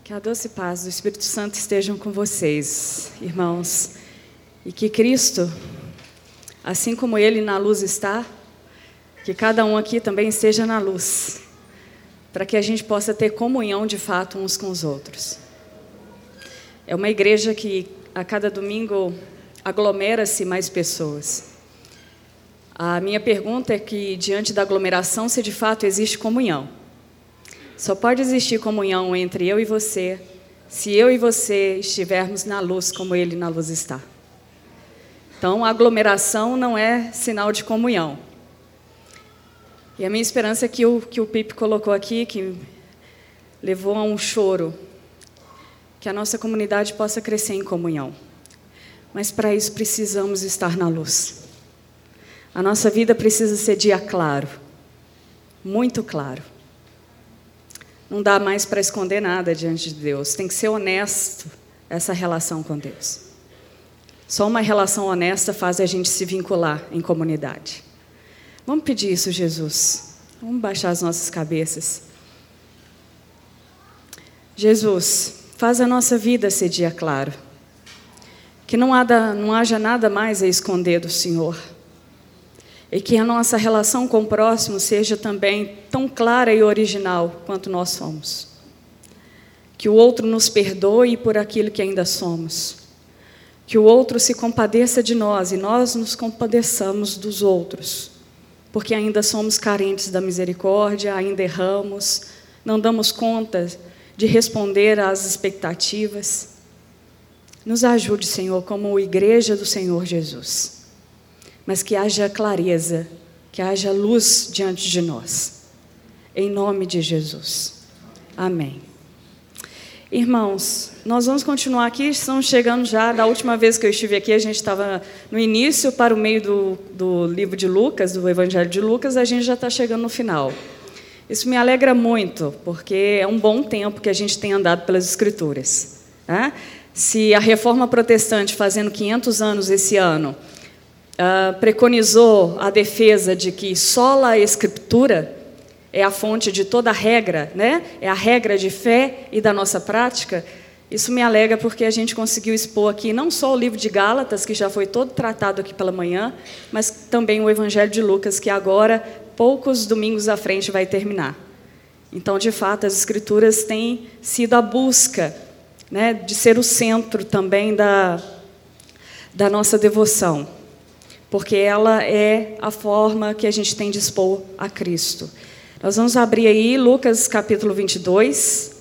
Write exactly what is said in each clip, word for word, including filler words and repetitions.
Que a doce paz do Espírito Santo estejam com vocês, irmãos. E que Cristo, assim como Ele na luz está, que cada um aqui também esteja na luz, para que a gente possa ter comunhão de fato uns com os outros. É uma igreja que a cada domingo aglomera-se mais pessoas. A minha pergunta é que, diante da aglomeração, se de fato existe comunhão. Só pode existir comunhão entre eu e você, se eu e você estivermos na luz como Ele na luz está. Então, a aglomeração não é sinal de comunhão. E a minha esperança é que o que o Pipe colocou aqui, que levou a um choro, que a nossa comunidade possa crescer em comunhão. Mas, para isso, precisamos estar na luz. A nossa vida precisa ser dia claro, muito claro. Não dá mais para esconder nada diante de Deus. Tem que ser honesto essa relação com Deus. Só uma relação honesta faz a gente se vincular em comunidade. Vamos pedir isso, Jesus. Vamos baixar as nossas cabeças. Jesus, faz a nossa vida ser dia claro. Que não, há da, não haja nada mais a esconder do Senhor. E que a nossa relação com o próximo seja também tão clara e original quanto nós somos. Que o outro nos perdoe por aquilo que ainda somos. Que o outro se compadeça de nós e nós nos compadeçamos dos outros. Porque ainda somos carentes da misericórdia, ainda erramos, não damos conta de responder às expectativas. Nos ajude, Senhor, como igreja do Senhor Jesus. Mas que haja clareza, que haja luz diante de nós. Em nome de Jesus. Amém. Irmãos, nós vamos continuar aqui, estamos chegando já, da última vez que eu estive aqui, a gente estava no início para o meio do, do livro de Lucas, do Evangelho de Lucas, a gente já está chegando no final. Isso me alegra muito, porque é um bom tempo que a gente tem andado pelas Escrituras. Né? Se a Reforma Protestante, fazendo quinhentos anos esse ano, Uh, preconizou a defesa de que só a Escritura é a fonte de toda a regra, né? É a regra de fé e da nossa prática. Isso me alegra porque a gente conseguiu expor aqui não só o livro de Gálatas, que já foi todo tratado aqui pela manhã, mas também o Evangelho de Lucas, que agora, poucos domingos à frente, vai terminar. Então, de fato, as Escrituras têm sido a busca, né, de ser o centro também da, da nossa devoção. Porque ela é a forma que a gente tem de expor a Cristo. Nós vamos abrir aí Lucas capítulo vinte e dois.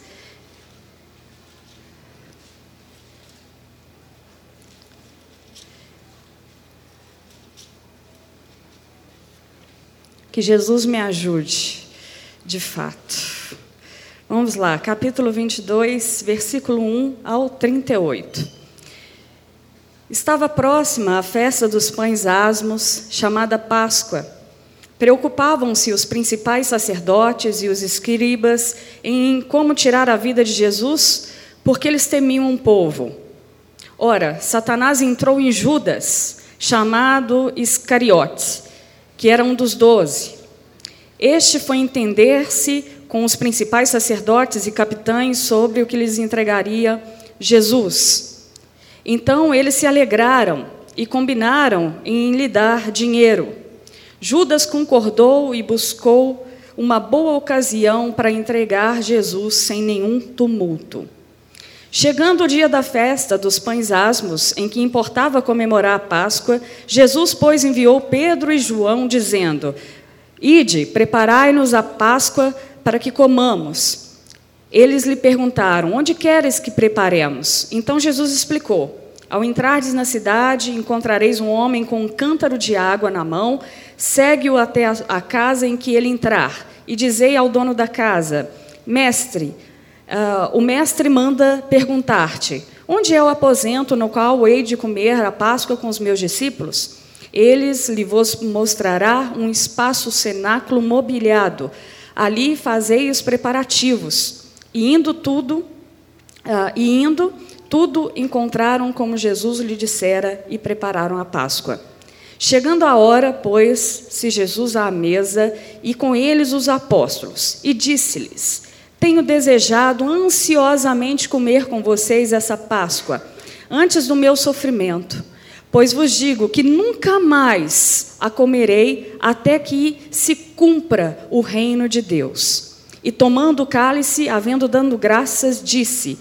Que Jesus me ajude, de fato. Vamos lá, capítulo vinte e dois, versículo um ao trinta e oito. Estava próxima a festa dos pães asmos, chamada Páscoa. Preocupavam-se os principais sacerdotes e os escribas em como tirar a vida de Jesus, porque eles temiam o povo. Ora, Satanás entrou em Judas, chamado Iscariotes, que era um dos doze. Este foi entender-se com os principais sacerdotes e capitães sobre o que lhes entregaria Jesus. Então, eles se alegraram e combinaram em lhe dar dinheiro. Judas concordou e buscou uma boa ocasião para entregar Jesus sem nenhum tumulto. Chegando o dia da festa dos pães asmos, em que importava comemorar a Páscoa, Jesus, pois, enviou Pedro e João, dizendo: Ide, preparai-nos a Páscoa para que comamos. Eles lhe perguntaram: onde queres que preparemos? Então Jesus explicou: ao entrardes na cidade, encontrareis um homem com um cântaro de água na mão, segue-o até a casa em que ele entrar, e dizei ao dono da casa: Mestre, uh, o mestre manda perguntar-te: onde é o aposento no qual hei de comer a Páscoa com os meus discípulos? Eles lhe vos mostrará um espaço cenáculo mobiliado. Ali fazei os preparativos. E indo tudo, uh, e indo, tudo encontraram como Jesus lhe dissera e prepararam a Páscoa. Chegando a hora, pôs-se Jesus à mesa e com eles os apóstolos, e disse-lhes: tenho desejado ansiosamente comer com vocês essa Páscoa, antes do meu sofrimento. Pois vos digo que nunca mais a comerei, até que se cumpra o reino de Deus. E tomando o cálice, havendo dado graças, disse: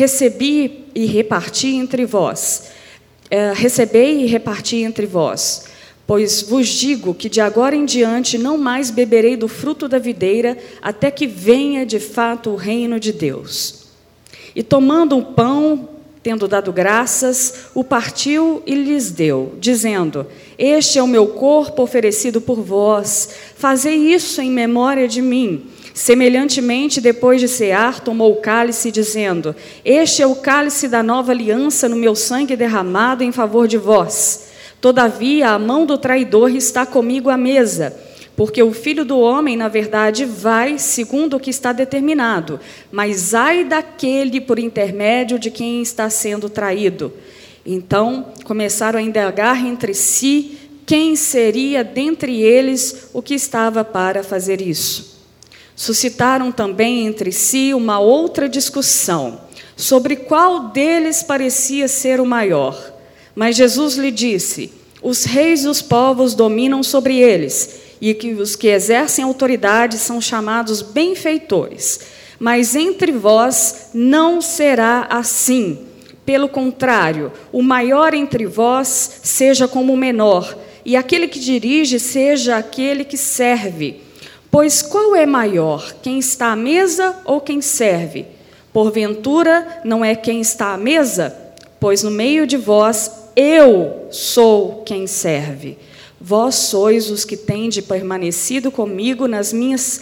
Recebi e reparti entre vós. É, recebei e reparti entre vós. Pois vos digo que de agora em diante não mais beberei do fruto da videira, até que venha de fato o reino de Deus. E tomando o pão, tendo dado graças, o partiu e lhes deu, dizendo: Este é o meu corpo oferecido por vós, fazei isso em memória de mim. Semelhantemente, depois de cear, tomou o cálice, dizendo: Este é o cálice da nova aliança no meu sangue derramado em favor de vós. Todavia, a mão do traidor está comigo à mesa, porque o Filho do Homem, na verdade, vai segundo o que está determinado, mas ai daquele por intermédio de quem está sendo traído. Então, começaram a indagar entre si quem seria dentre eles o que estava para fazer isso. Suscitaram também entre si uma outra discussão, sobre qual deles parecia ser o maior. Mas Jesus lhe disse: Os reis dos povos dominam sobre eles, e que os que exercem autoridade são chamados benfeitores. Mas entre vós não será assim. Pelo contrário, o maior entre vós seja como o menor, e aquele que dirige seja aquele que serve. Pois qual é maior, quem está à mesa ou quem serve? Porventura, não é quem está à mesa? Pois no meio de vós, eu sou quem serve. Vós sois os que tendes permanecido comigo nas minhas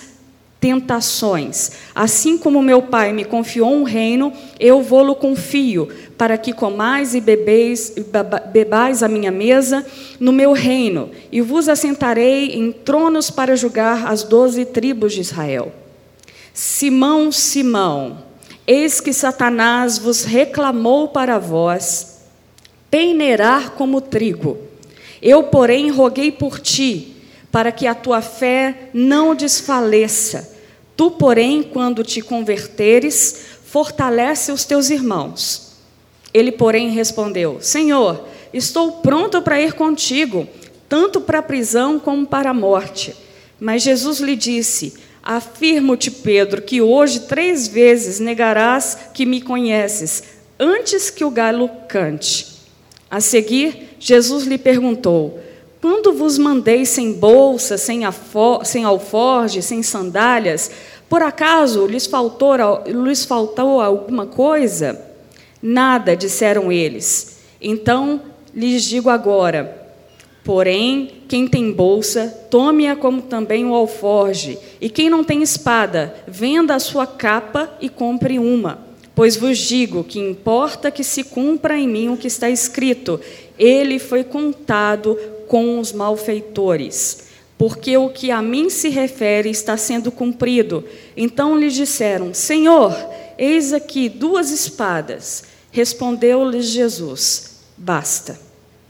tentações. Assim como meu Pai me confiou um reino, eu vô-lo confio, para que comais e bebeis, bebais a minha mesa no meu reino, e vos assentarei em tronos para julgar as doze tribos de Israel. Simão, Simão, eis que Satanás vos reclamou para vós peneirar como trigo. Eu, porém, roguei por ti, para que a tua fé não desfaleça. Tu, porém, quando te converteres, fortalece os teus irmãos. Ele, porém, respondeu: Senhor, estou pronto para ir contigo, tanto para a prisão como para a morte. Mas Jesus lhe disse: Afirmo-te, Pedro, que hoje três vezes negarás que me conheces, antes que o galo cante. A seguir, Jesus lhe perguntou: Quando vos mandei sem bolsa, sem, sem alforje, sem sandálias, por acaso lhes faltou, lhes faltou alguma coisa? Nada, disseram eles. Então lhes digo agora: porém, quem tem bolsa, tome-a como também o alforje, e quem não tem espada, venda a sua capa e compre uma. Pois vos digo que importa que se cumpra em mim o que está escrito: ele foi contado com os malfeitores, porque o que a mim se refere está sendo cumprido. Então lhes disseram: Senhor, eis aqui duas espadas. Respondeu-lhes Jesus: basta.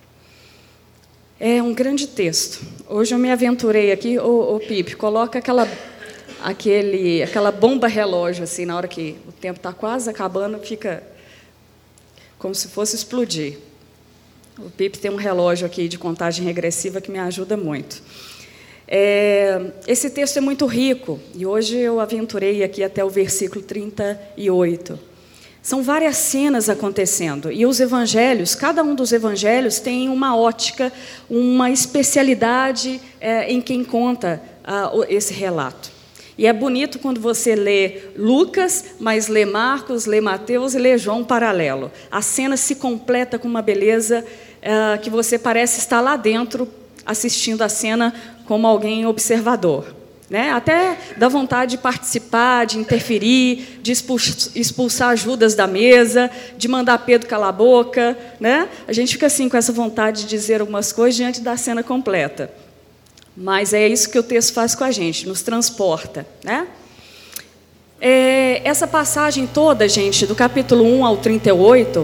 É um grande texto. Hoje eu me aventurei aqui. Ô, ô Pipe, coloca aquela, aquele, aquela bomba relógio, assim, na hora que o tempo está quase acabando, fica como se fosse explodir. O Pipe tem um relógio aqui de contagem regressiva que me ajuda muito. É, esse texto é muito rico, e hoje eu aventurei aqui até o versículo trinta e oito. São várias cenas acontecendo, e os evangelhos, cada um dos evangelhos tem uma ótica, uma especialidade é, em quem conta ah, esse relato. E é bonito quando você lê Lucas, mas lê Marcos, lê Mateus e lê João paralelo. A cena se completa com uma beleza é, que você parece estar lá dentro, assistindo a cena como alguém observador. Né? Até dá vontade de participar, de interferir, de expulsar Judas da mesa, de mandar Pedro calar a boca. Né? A gente fica assim com essa vontade de dizer algumas coisas diante da cena completa. Mas é isso que o texto faz com a gente, nos transporta. Né? É, essa passagem toda, gente, do capítulo um ao trinta e oito,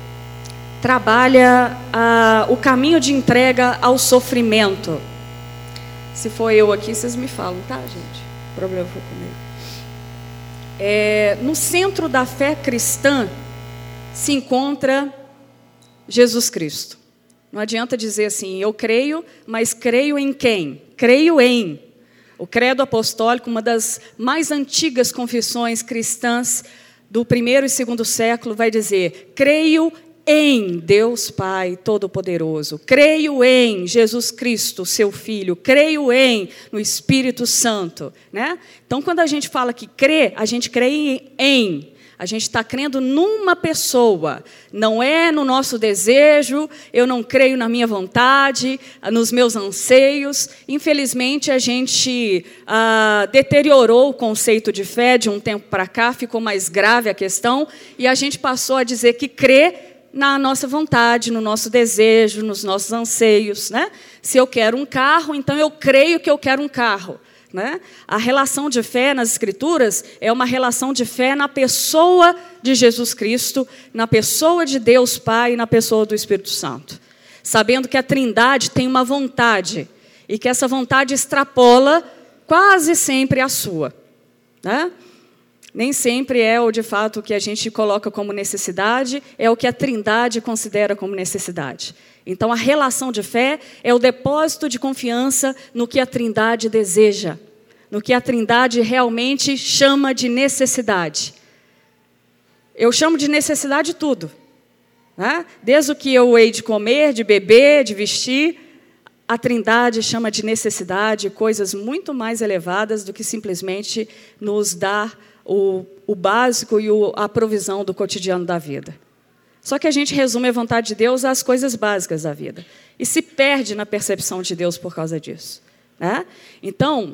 trabalha ah, o caminho de entrega ao sofrimento. Se for eu aqui, vocês me falam, tá, gente? O problema foi comigo. É, no centro da fé cristã se encontra Jesus Cristo. Não adianta dizer assim, eu creio, mas creio em quem? Creio em. O credo apostólico, uma das mais antigas confissões cristãs do primeiro e segundo século, vai dizer, creio em Deus Pai Todo-Poderoso, creio em Jesus Cristo, seu Filho, creio em no Espírito Santo, né? Então, quando a gente fala que crê, a gente crê em, a gente está crendo numa pessoa, não é no nosso desejo, eu não creio na minha vontade, nos meus anseios. Infelizmente, a gente ah, deteriorou o conceito de fé de um tempo para cá, ficou mais grave a questão, e a gente passou a dizer que crê na nossa vontade, no nosso desejo, nos nossos anseios, né? Se eu quero um carro, então eu creio que eu quero um carro, né? A relação de fé nas Escrituras é uma relação de fé na pessoa de Jesus Cristo, na pessoa de Deus Pai e na pessoa do Espírito Santo. Sabendo que a Trindade tem uma vontade e que essa vontade extrapola quase sempre a sua, né? Nem sempre é, o de fato, o que a gente coloca como necessidade, é o que a Trindade considera como necessidade. Então, a relação de fé é o depósito de confiança no que a Trindade deseja, no que a Trindade realmente chama de necessidade. Eu chamo de necessidade tudo, né? Desde o que eu hei de comer, de beber, de vestir, a Trindade chama de necessidade coisas muito mais elevadas do que simplesmente nos dar O, o básico e o, a provisão do cotidiano da vida. Só que a gente resume a vontade de Deus às coisas básicas da vida. E se perde na percepção de Deus por causa disso, né? Então,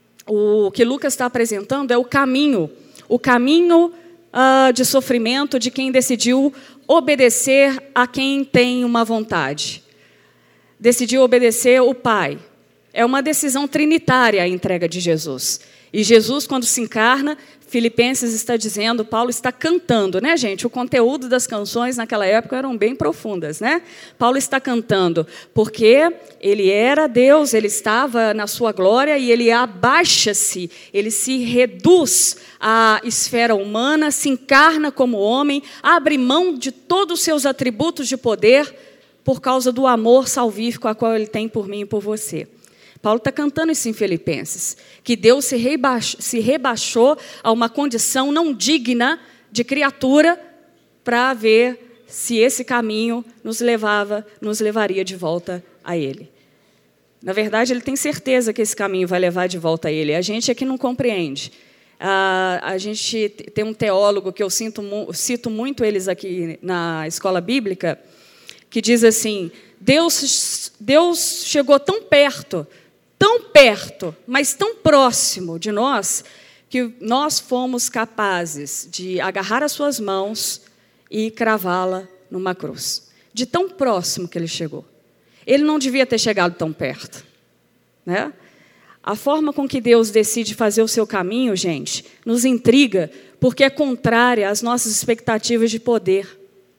o que Lucas está apresentando é o caminho, o caminho uh, de sofrimento de quem decidiu obedecer a quem tem uma vontade. Decidiu obedecer o Pai. É uma decisão trinitária a entrega de Jesus. E Jesus, quando se encarna, Filipenses está dizendo, Paulo está cantando, né, gente? O conteúdo das canções naquela época eram bem profundas, né? Paulo está cantando porque ele era Deus, ele estava na sua glória e ele abaixa-se, ele se reduz à esfera humana, se encarna como homem, abre mão de todos os seus atributos de poder por causa do amor salvífico a qual ele tem por mim e por você. Paulo está cantando isso em Filipenses, que Deus se rebaixou, se rebaixou a uma condição não digna de criatura para ver se esse caminho nos levava, nos levaria de volta a Ele. Na verdade, ele tem certeza que esse caminho vai levar de volta a Ele. A gente é que não compreende. Ah, a gente tem um teólogo que eu sinto, cito muito eles aqui na escola bíblica, que diz assim, Deus, Deus chegou tão perto, tão perto, mas tão próximo de nós, que nós fomos capazes de agarrar as suas mãos e cravá-la numa cruz. De tão próximo que ele chegou. Ele não devia ter chegado tão perto, né? A forma com que Deus decide fazer o seu caminho, gente, nos intriga, porque é contrária às nossas expectativas de poder.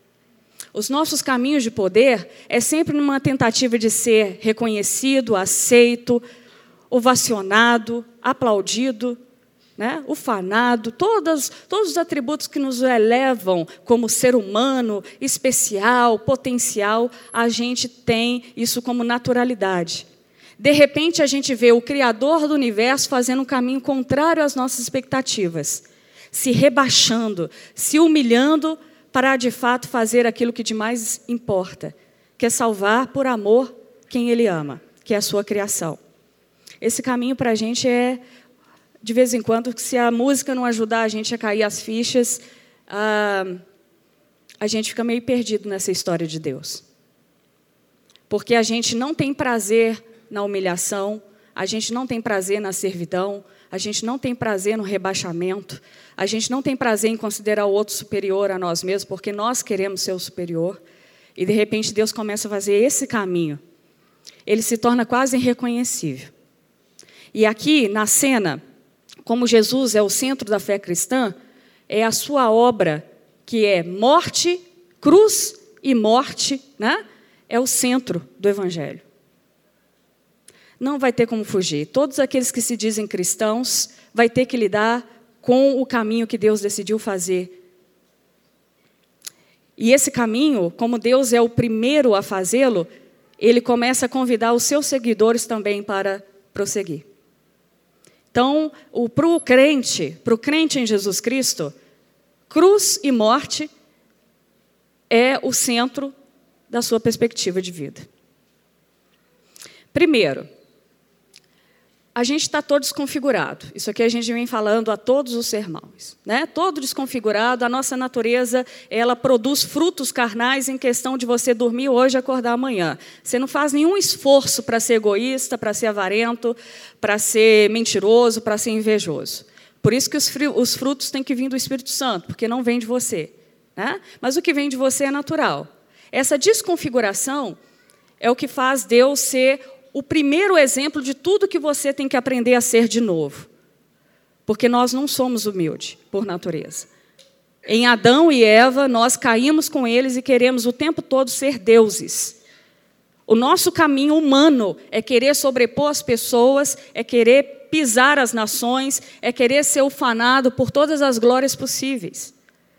Os nossos caminhos de poder é sempre numa tentativa de ser reconhecido, aceito, ovacionado, aplaudido, né? Ufanado, todos, todos os atributos que nos elevam como ser humano, especial, potencial, a gente tem isso como naturalidade. De repente, a gente vê o Criador do universo fazendo um caminho contrário às nossas expectativas, se rebaixando, se humilhando, para, de fato, fazer aquilo que de mais importa, que é salvar por amor quem Ele ama, que é a sua criação. Esse caminho para a gente é, de vez em quando, se a música não ajudar a gente a cair as fichas, a, a gente fica meio perdido nessa história de Deus. Porque a gente não tem prazer na humilhação, a gente não tem prazer na servidão, a gente não tem prazer no rebaixamento, a gente não tem prazer em considerar o outro superior a nós mesmos, porque nós queremos ser o superior, e de repente Deus começa a fazer esse caminho. Ele se torna quase irreconhecível. E aqui, na cena, como Jesus é o centro da fé cristã, é a sua obra, que é morte, cruz e morte, né? É o centro do Evangelho. Não vai ter como fugir. Todos aqueles que se dizem cristãos vai ter que lidar com o caminho que Deus decidiu fazer. E esse caminho, como Deus é o primeiro a fazê-lo, Ele começa a convidar os seus seguidores também para prosseguir. Então, para o crente, para o crente em Jesus Cristo, cruz e morte é o centro da sua perspectiva de vida. Primeiro, a gente está todo desconfigurado. Isso aqui a gente vem falando a todos os sermões, né? Todo desconfigurado, a nossa natureza, ela produz frutos carnais em questão de você dormir hoje e acordar amanhã. Você não faz nenhum esforço para ser egoísta, para ser avarento, para ser mentiroso, para ser invejoso. Por isso que os frutos têm que vir do Espírito Santo, porque não vem de você, né? Mas o que vem de você é natural. Essa desconfiguração é o que faz Deus ser o primeiro exemplo de tudo que você tem que aprender a ser de novo. Porque nós não somos humildes, por natureza. Em Adão e Eva, nós caímos com eles e queremos o tempo todo ser deuses. O nosso caminho humano é querer sobrepor as pessoas, é querer pisar as nações, é querer ser ufanado por todas as glórias possíveis.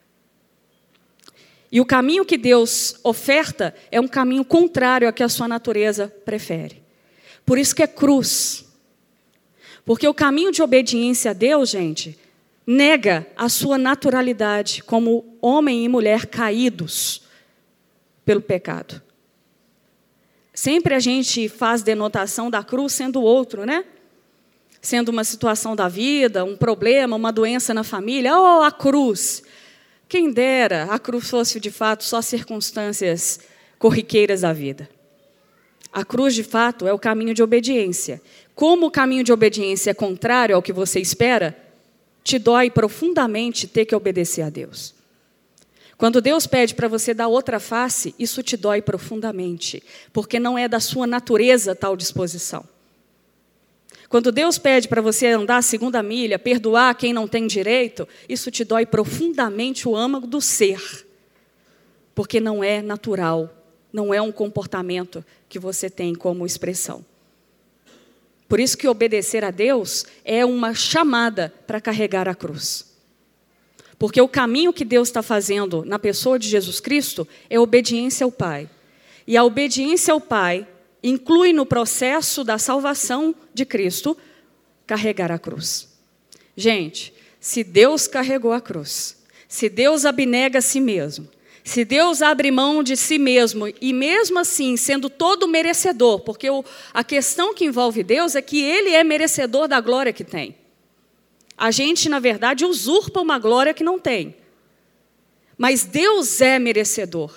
E o caminho que Deus oferta é um caminho contrário ao que a sua natureza prefere. Por isso que é cruz. Porque o caminho de obediência a Deus, gente, nega a sua naturalidade como homem e mulher caídos pelo pecado. Sempre a gente faz denotação da cruz sendo outro, né? Sendo uma situação da vida, um problema, uma doença na família. Oh, a cruz! Quem dera a cruz fosse, de fato, só circunstâncias corriqueiras da vida. A cruz, de fato, é o caminho de obediência. Como o caminho de obediência é contrário ao que você espera, te dói profundamente ter que obedecer a Deus. Quando Deus pede para você dar outra face, isso te dói profundamente, porque não é da sua natureza tal disposição. Quando Deus pede para você andar a segunda milha, perdoar quem não tem direito, isso te dói profundamente o âmago do ser, porque não é natural, não é um comportamento que você tem como expressão. Por isso que obedecer a Deus é uma chamada para carregar a cruz. Porque o caminho que Deus está fazendo na pessoa de Jesus Cristo é obediência ao Pai. E a obediência ao Pai inclui no processo da salvação de Cristo carregar a cruz. Gente, se Deus carregou a cruz, se Deus abnega a si mesmo, se Deus abre mão de si mesmo, e mesmo assim, sendo todo merecedor, porque o, a questão que envolve Deus é que Ele é merecedor da glória que tem. A gente, na verdade, usurpa uma glória que não tem. Mas Deus é merecedor.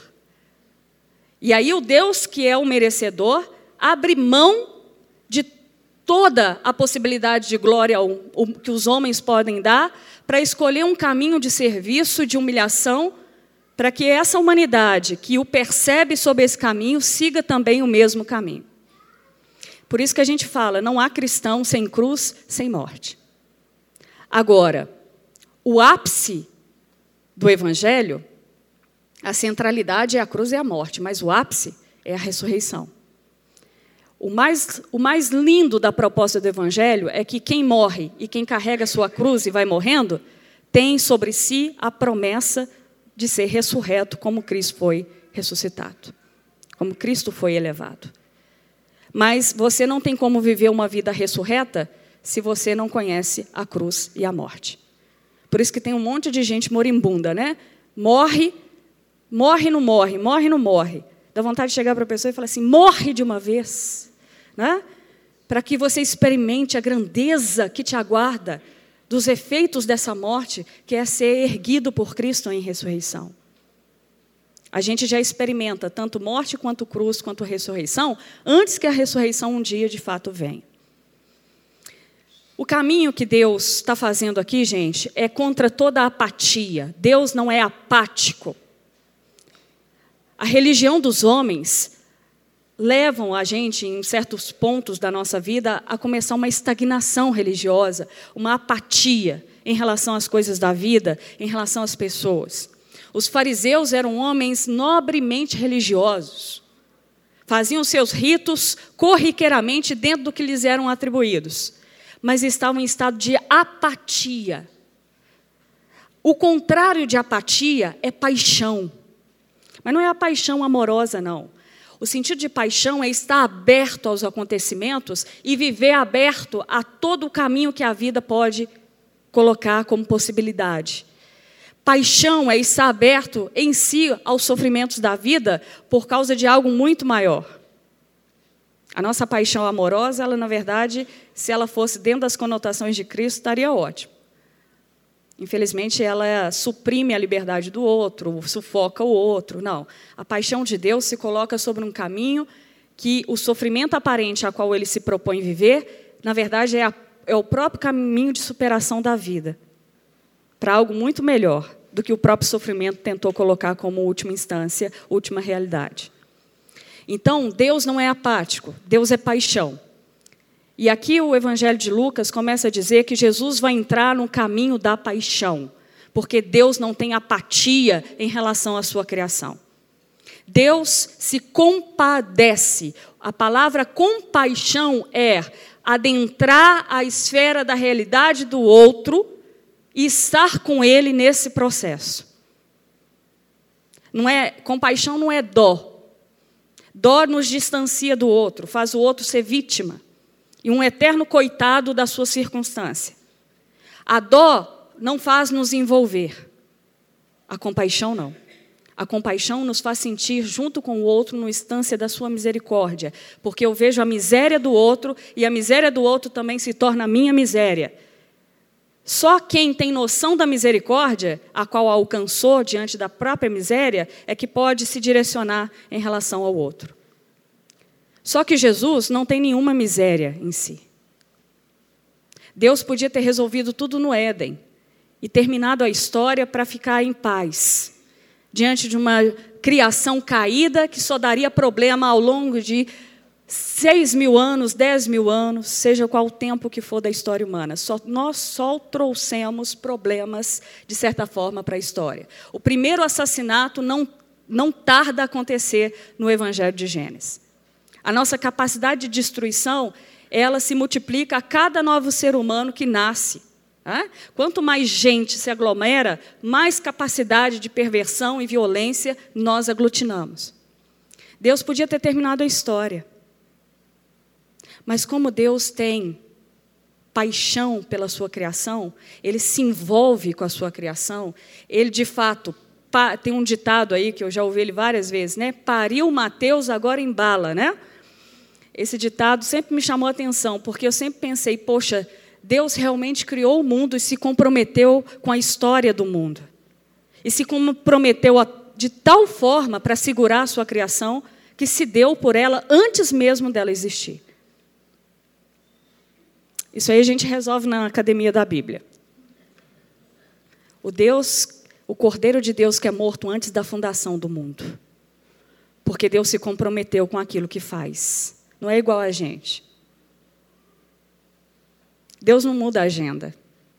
E aí o Deus que é o merecedor abre mão de toda a possibilidade de glória que os homens podem dar para escolher um caminho de serviço, de humilhação, para que essa humanidade que o percebe sob esse caminho siga também o mesmo caminho. Por isso que a gente fala, não há cristão sem cruz, sem morte. Agora, o ápice do Evangelho, a centralidade é a cruz e a morte, mas o ápice é a ressurreição. O mais, o mais lindo da proposta do Evangelho é que quem morre e quem carrega a sua cruz e vai morrendo, tem sobre si a promessa de ser ressurreto como Cristo foi ressuscitado, como Cristo foi elevado. Mas você não tem como viver uma vida ressurreta se você não conhece a cruz e a morte. Por isso que tem um monte de gente moribunda, né? Morre, morre, não morre, morre, não morre. Dá vontade de chegar para a pessoa e falar assim, morre de uma vez, né? Para que você experimente a grandeza que te aguarda dos efeitos dessa morte, que é ser erguido por Cristo em ressurreição. A gente já experimenta tanto morte, quanto cruz, quanto ressurreição, antes que a ressurreição um dia de fato venha. O caminho que Deus está fazendo aqui, gente, é contra toda a apatia. Deus não é apático. A religião dos homens levam a gente, em certos pontos da nossa vida, a começar uma estagnação religiosa, uma apatia em relação às coisas da vida, em relação às pessoas. Os fariseus eram homens nobremente religiosos. Faziam seus ritos corriqueiramente dentro do que lhes eram atribuídos. Mas estavam em estado de apatia. O contrário de apatia é paixão. Mas não é a paixão amorosa, não. O sentido de paixão é estar aberto aos acontecimentos e viver aberto a todo o caminho que a vida pode colocar como possibilidade. Paixão é estar aberto em si aos sofrimentos da vida por causa de algo muito maior. A nossa paixão amorosa, ela, na verdade, se ela fosse dentro das conotações de Cristo, estaria ótimo. Infelizmente, ela suprime a liberdade do outro, sufoca o outro. Não. A paixão de Deus se coloca sobre um caminho que o sofrimento aparente a qual ele se propõe viver, na verdade, é, a, é o próprio caminho de superação da vida, para algo muito melhor do que o próprio sofrimento tentou colocar como última instância, última realidade. Então, Deus não é apático, Deus é paixão. E aqui o Evangelho de Lucas começa a dizer que Jesus vai entrar no caminho da paixão, porque Deus não tem apatia em relação à sua criação. Deus se compadece. A palavra compaixão é adentrar a esfera da realidade do outro e estar com ele nesse processo. Não é, compaixão não é dó. Dó nos distancia do outro, faz o outro ser vítima e um eterno coitado da sua circunstância. A dó não faz nos envolver. A compaixão não. A compaixão nos faz sentir junto com o outro no instância da sua misericórdia, porque eu vejo a miséria do outro e a miséria do outro também se torna a minha miséria. Só quem tem noção da misericórdia, a qual alcançou diante da própria miséria, é que pode se direcionar em relação ao outro. Só que Jesus não tem nenhuma miséria em si. Deus podia ter resolvido tudo no Éden e terminado a história para ficar em paz, diante de uma criação caída que só daria problema ao longo de seis mil anos, dez mil anos, seja qual o tempo que for da história humana. Só, nós só trouxemos problemas, de certa forma, para a história. O primeiro assassinato não, não tarda a acontecer no Evangelho de Gênesis. A nossa capacidade de destruição, ela se multiplica a cada novo ser humano que nasce. Tá? Quanto mais gente se aglomera, mais capacidade de perversão e violência nós aglutinamos. Deus podia ter terminado a história. Mas como Deus tem paixão pela sua criação, Ele se envolve com a sua criação, Ele, de fato, pa, tem um ditado aí, que eu já ouvi ele várias vezes, né? Pariu Mateus, agora embala, né? Esse ditado sempre me chamou a atenção, porque eu sempre pensei, poxa, Deus realmente criou o mundo e se comprometeu com a história do mundo. E se comprometeu de tal forma para segurar a sua criação, que se deu por ela antes mesmo dela existir. Isso aí a gente resolve na academia da Bíblia. O Deus, o Cordeiro de Deus que é morto antes da fundação do mundo. Porque Deus se comprometeu com aquilo que faz. Não é igual a gente. Deus não muda a agenda.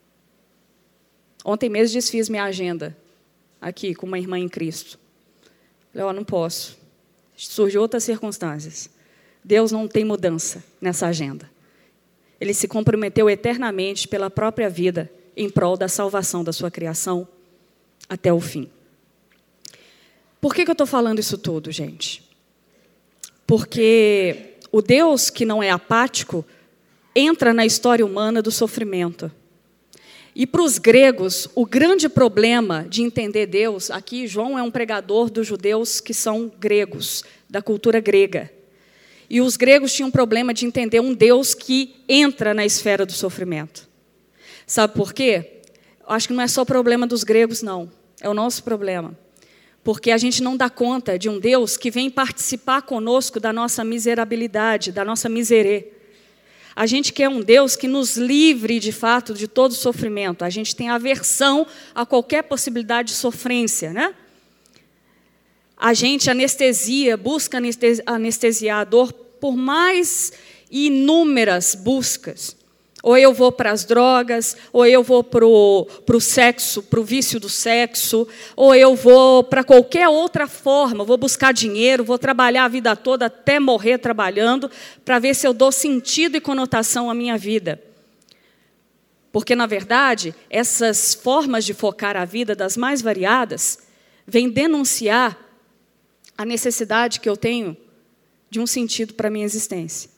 Ontem mesmo desfiz minha agenda aqui com uma irmã em Cristo. Falei, ó, não posso. Surgiu outras circunstâncias. Deus não tem mudança nessa agenda. Ele se comprometeu eternamente pela própria vida em prol da salvação da sua criação até o fim. Por que que eu estou falando isso tudo, gente? Porque o Deus que não é apático entra na história humana do sofrimento. E para os gregos, o grande problema de entender Deus, aqui João é um pregador dos judeus que são gregos, da cultura grega. E os gregos tinham um problema de entender um Deus que entra na esfera do sofrimento. Sabe por quê? Acho que não é só o problema dos gregos, não. É o nosso problema. Porque a gente não dá conta de um Deus que vem participar conosco da nossa miserabilidade, da nossa miserê. A gente quer um Deus que nos livre, de fato, de todo sofrimento. A gente tem aversão a qualquer possibilidade de sofrência, né? A gente anestesia, busca anestesiar a dor por mais inúmeras buscas. Ou eu vou para as drogas, ou eu vou para o sexo, para o vício do sexo, ou eu vou para qualquer outra forma, vou buscar dinheiro, vou trabalhar a vida toda até morrer trabalhando, para ver se eu dou sentido e conotação à minha vida. Porque, na verdade, essas formas de focar a vida das mais variadas vêm denunciar a necessidade que eu tenho de um sentido para a minha existência.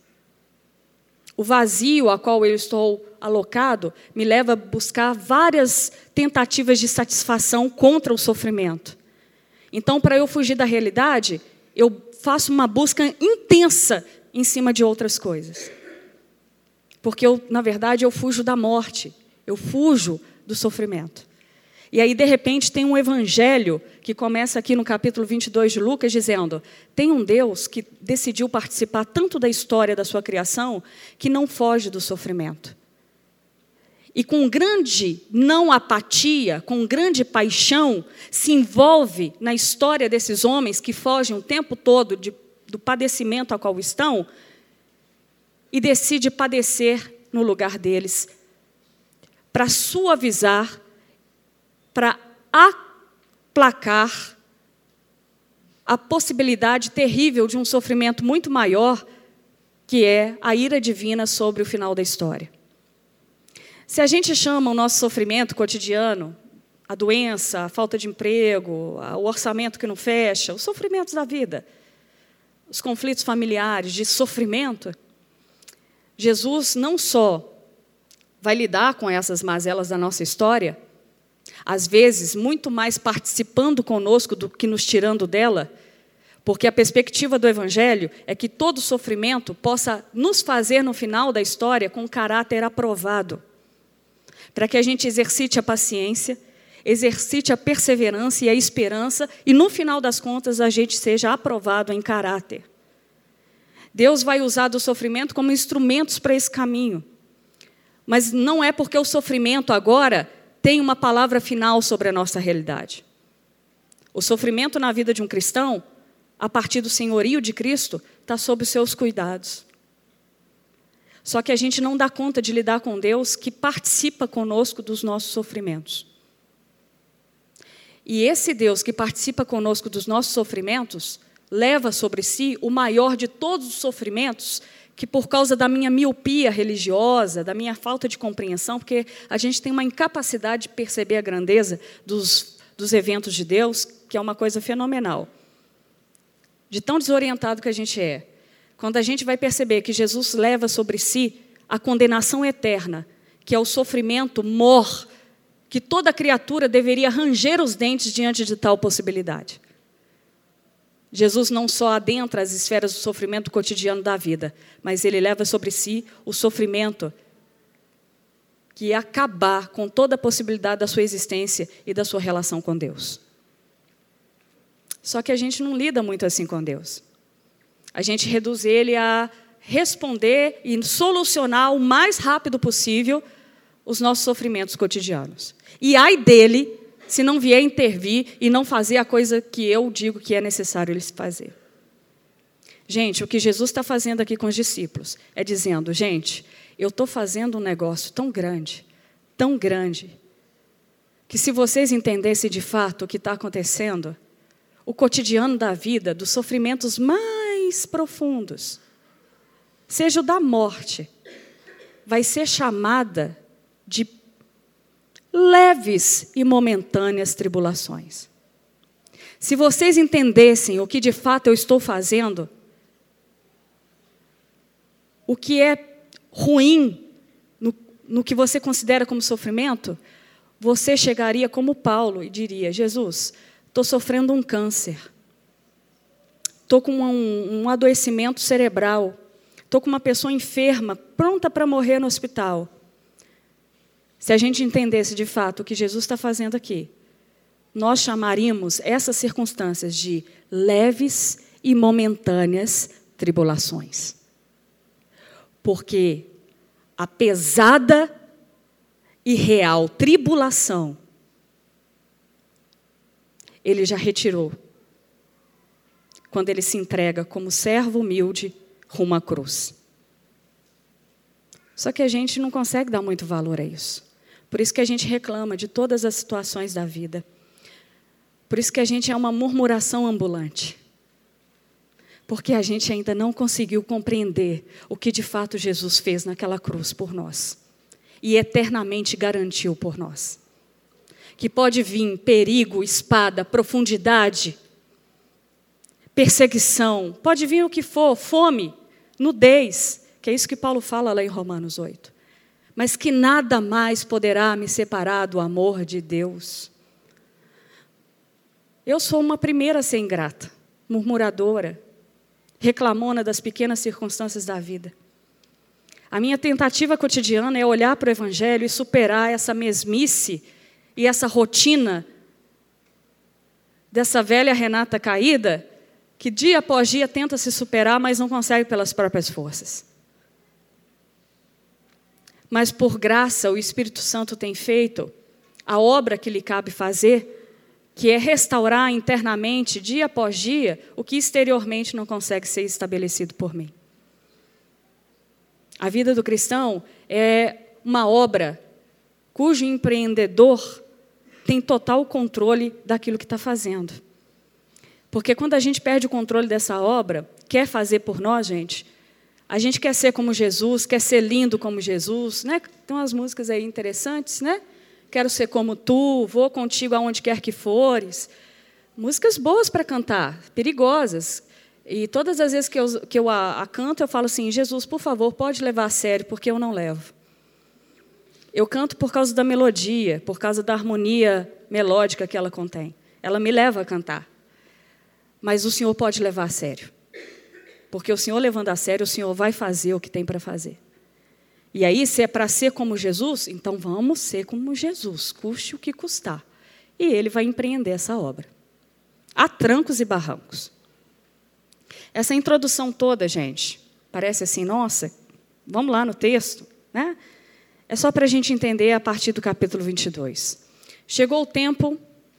O vazio a qual eu estou alocado me leva a buscar várias tentativas de satisfação contra o sofrimento. Então, para eu fugir da realidade, eu faço uma busca intensa em cima de outras coisas. Porque, eu, na verdade, eu fujo da morte, eu fujo do sofrimento. E aí, de repente, tem um evangelho que começa aqui no capítulo vinte e dois de Lucas, dizendo: tem um Deus que decidiu participar tanto da história da sua criação, que não foge do sofrimento. E com grande não apatia, com grande paixão, se envolve na história desses homens que fogem o tempo todo de, do padecimento a qual estão, e decide padecer no lugar deles, para suavizar, para aplacar a possibilidade terrível de um sofrimento muito maior, que é a ira divina sobre o final da história. Se a gente chama o nosso sofrimento cotidiano, a doença, a falta de emprego, o orçamento que não fecha, os sofrimentos da vida, os conflitos familiares, de sofrimento, Jesus não só vai lidar com essas mazelas da nossa história, às vezes muito mais participando conosco do que nos tirando dela, porque a perspectiva do Evangelho é que todo sofrimento possa nos fazer, no final da história, com caráter aprovado, para que a gente exercite a paciência, exercite a perseverança e a esperança, e no final das contas a gente seja aprovado em caráter. Deus vai usar do sofrimento como instrumentos para esse caminho. Mas não é porque o sofrimento agora tem uma palavra final sobre a nossa realidade. O sofrimento na vida de um cristão, a partir do senhorio de Cristo, está sob os seus cuidados. Só que a gente não dá conta de lidar com Deus que participa conosco dos nossos sofrimentos. E esse Deus que participa conosco dos nossos sofrimentos leva sobre si o maior de todos os sofrimentos, que por causa da minha miopia religiosa, da minha falta de compreensão, porque a gente tem uma incapacidade de perceber a grandeza dos, dos eventos de Deus, que é uma coisa fenomenal. De tão desorientado que a gente é. Quando a gente vai perceber que Jesus leva sobre si a condenação eterna, que é o sofrimento mor, que toda criatura deveria ranger os dentes diante de tal possibilidade. Jesus não só adentra as esferas do sofrimento cotidiano da vida, mas ele leva sobre si o sofrimento que ia acabar com toda a possibilidade da sua existência e da sua relação com Deus. Só que a gente não lida muito assim com Deus. A gente reduz ele a responder e solucionar o mais rápido possível os nossos sofrimentos cotidianos. E ai dele se não vier intervir e não fazer a coisa que eu digo que é necessário ele fazer. Gente, o que Jesus está fazendo aqui com os discípulos é dizendo: gente, eu estou fazendo um negócio tão grande, tão grande, que se vocês entendessem de fato o que está acontecendo, o cotidiano da vida, dos sofrimentos mais profundos, seja o da morte, vai ser chamada de leves e momentâneas tribulações. Se vocês entendessem o que de fato eu estou fazendo, o que é ruim no, no que você considera como sofrimento, você chegaria como Paulo e diria: Jesus, estou sofrendo um câncer, estou com um, um adoecimento cerebral, estou com uma pessoa enferma, pronta para morrer no hospital. Se a gente entendesse de fato o que Jesus está fazendo aqui, nós chamaríamos essas circunstâncias de leves e momentâneas tribulações. Porque a pesada e real tribulação, ele já retirou, quando ele se entrega como servo humilde rumo à cruz. Só que a gente não consegue dar muito valor a isso. Por isso que a gente reclama de todas as situações da vida. Por isso que a gente é uma murmuração ambulante. Porque a gente ainda não conseguiu compreender o que de fato Jesus fez naquela cruz por nós. e eternamente garantiu por nós. Que pode vir perigo, espada, profundidade, perseguição, pode vir o que for, fome, nudez, que é isso que Paulo fala lá em Romanos oito. Mas que nada mais poderá me separar do amor de Deus. Eu sou uma primeira a ser ingrata, murmuradora, reclamona das pequenas circunstâncias da vida. A minha tentativa cotidiana é olhar para o Evangelho e superar essa mesmice e essa rotina dessa velha Renata caída, que dia após dia tenta se superar, mas não consegue pelas próprias forças. Mas por graça o Espírito Santo tem feito a obra que lhe cabe fazer, que é restaurar internamente, dia após dia, o que exteriormente não consegue ser estabelecido por mim. A vida do cristão é uma obra cujo empreendedor tem total controle daquilo que está fazendo. Porque quando a gente perde o controle dessa obra, quer fazer por nós, gente, a gente quer ser como Jesus, quer ser lindo como Jesus, né? Tem umas músicas aí interessantes, né? Quero ser como tu, vou contigo aonde quer que fores. Músicas boas para cantar, perigosas. E todas as vezes que eu, que eu a, a canto, eu falo assim, Jesus, por favor, pode levar a sério, porque eu não levo. Eu canto por causa da melodia, por causa da harmonia melódica que ela contém. Ela me leva a cantar. Mas o Senhor pode levar a sério. Porque o Senhor levando a sério, o Senhor vai fazer o que tem para fazer. E aí, se é para ser como Jesus, então vamos ser como Jesus, custe o que custar. E Ele vai empreender essa obra. Há trancos e barrancos. Essa introdução toda, gente, parece assim, nossa, vamos lá no texto, né? É só para a gente entender a partir do capítulo vinte e dois. Chegou o tempo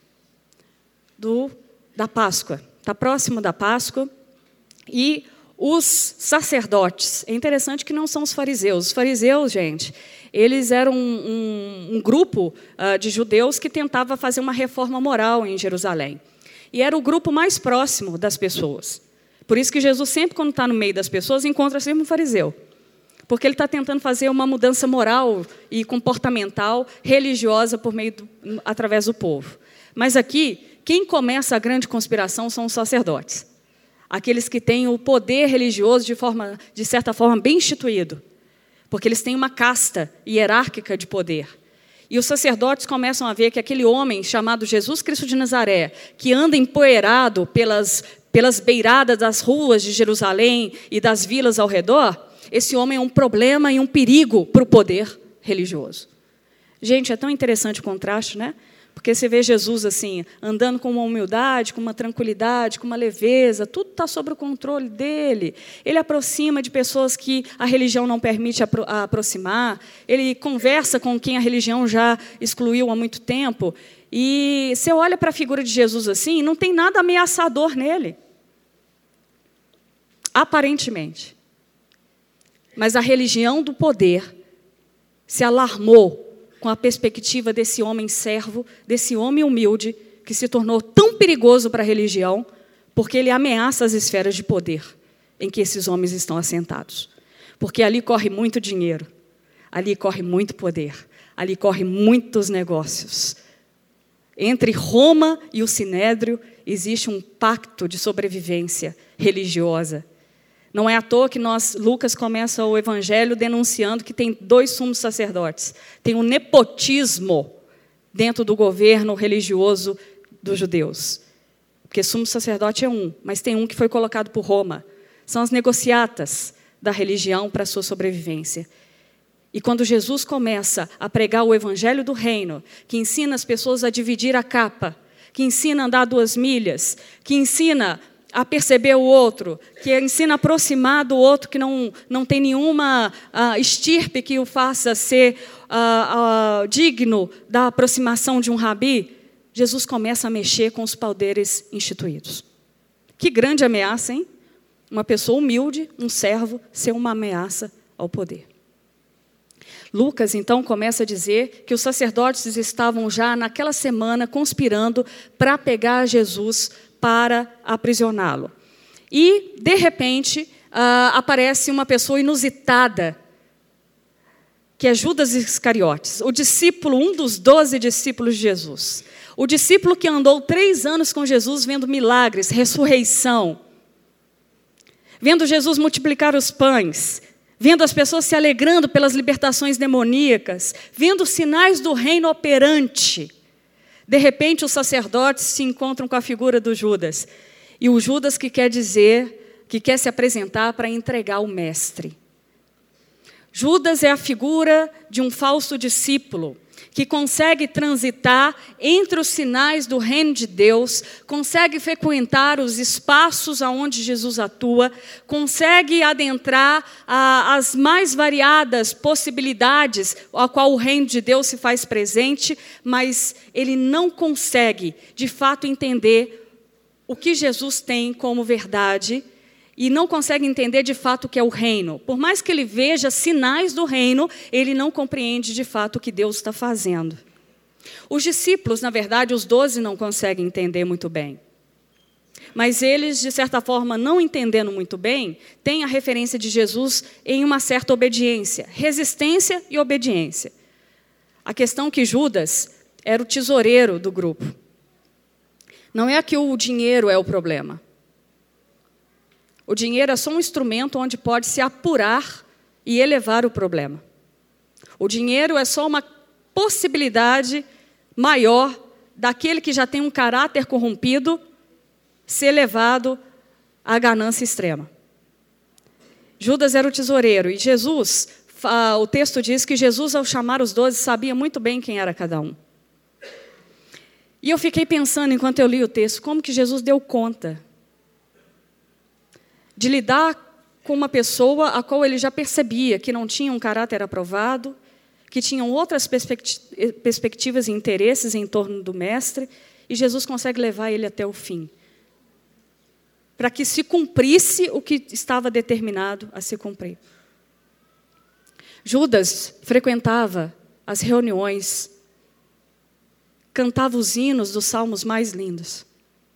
do, da Páscoa. Está próximo da Páscoa. E os sacerdotes, é interessante que não são os fariseus. Os fariseus, gente, eles eram um, um, um grupo uh, de judeus que tentava fazer uma reforma moral em Jerusalém. E era o grupo mais próximo das pessoas. Por isso que Jesus sempre, quando está no meio das pessoas, encontra sempre um fariseu. Porque ele está tentando fazer uma mudança moral e comportamental, religiosa, por meio do, através do povo. Mas aqui, quem começa a grande conspiração são os sacerdotes. Aqueles que têm o poder religioso de, forma, de certa forma bem instituído. Porque eles têm uma casta hierárquica de poder. E os sacerdotes começam a ver que aquele homem chamado Jesus Cristo de Nazaré, que anda empoeirado pelas, pelas beiradas das ruas de Jerusalém e das vilas ao redor, esse homem é um problema e um perigo para o poder religioso. Gente, é tão interessante o contraste, né? Porque você vê Jesus assim, andando com uma humildade, com uma tranquilidade, com uma leveza, tudo está sob o controle dele. Ele aproxima de pessoas que a religião não permite apro- a aproximar, ele conversa com quem a religião já excluiu há muito tempo. E você olha para a figura de Jesus assim, não tem nada ameaçador nele. Aparentemente. Mas a religião do poder se alarmou com a perspectiva desse homem servo, desse homem humilde, que se tornou tão perigoso para a religião, porque ele ameaça as esferas de poder em que esses homens estão assentados. Porque ali corre muito dinheiro, ali corre muito poder, ali corre muitos negócios. Entre Roma e o Sinédrio existe um pacto de sobrevivência religiosa. Não é à toa que nós, Lucas começa o Evangelho denunciando que tem dois sumos sacerdotes. Tem um nepotismo dentro do governo religioso dos judeus. Porque sumo sacerdote é um, mas tem um que foi colocado por Roma. São as negociatas da religião para a sua sobrevivência. E quando Jesus começa a pregar o Evangelho do Reino, que ensina as pessoas a dividir a capa, que ensina a andar duas milhas, que ensina a perceber o outro, que ensina a aproximar do outro, que não, não tem nenhuma uh, estirpe que o faça ser uh, uh, digno da aproximação de um rabi, Jesus começa a mexer com os poderes instituídos. Que grande ameaça, hein? Uma pessoa humilde, um servo, ser uma ameaça ao poder. Lucas, então, começa a dizer que os sacerdotes estavam já naquela semana conspirando para pegar Jesus para aprisioná-lo. E, de repente, uh, aparece uma pessoa inusitada, que é Judas Iscariotes, o discípulo, um dos doze discípulos de Jesus. O discípulo que andou três anos com Jesus, vendo milagres, ressurreição, vendo Jesus multiplicar os pães, vendo as pessoas se alegrando pelas libertações demoníacas, vendo sinais do reino operante. De repente, os sacerdotes se encontram com a figura do Judas. E o Judas que quer dizer, que quer se apresentar para entregar o mestre. Judas é a figura de um falso discípulo, que consegue transitar entre os sinais do reino de Deus, consegue frequentar os espaços aonde Jesus atua, consegue adentrar a, as mais variadas possibilidades a qual o reino de Deus se faz presente, mas ele não consegue, de fato, entender o que Jesus tem como verdade e não consegue entender de fato o que é o reino. Por mais que ele veja sinais do reino, ele não compreende de fato o que Deus está fazendo. Os discípulos, na verdade, os doze não conseguem entender muito bem. Mas eles, de certa forma, não entendendo muito bem, têm a referência de Jesus em uma certa obediência, resistência e obediência. A questão é que Judas era o tesoureiro do grupo. Não é que o dinheiro é o problema. O dinheiro é só um instrumento onde pode se apurar e elevar o problema. O dinheiro é só uma possibilidade maior daquele que já tem um caráter corrompido ser levado à ganância extrema. Judas era o tesoureiro e Jesus, o texto diz que Jesus, ao chamar os doze, sabia muito bem quem era cada um. E eu fiquei pensando, enquanto eu li o texto, como que Jesus deu conta de lidar com uma pessoa a qual ele já percebia que não tinha um caráter aprovado, que tinham outras perspectivas e interesses em torno do mestre, e Jesus consegue levar ele até o fim, para que se cumprisse o que estava determinado a se cumprir. Judas frequentava as reuniões, cantava os hinos dos salmos mais lindos,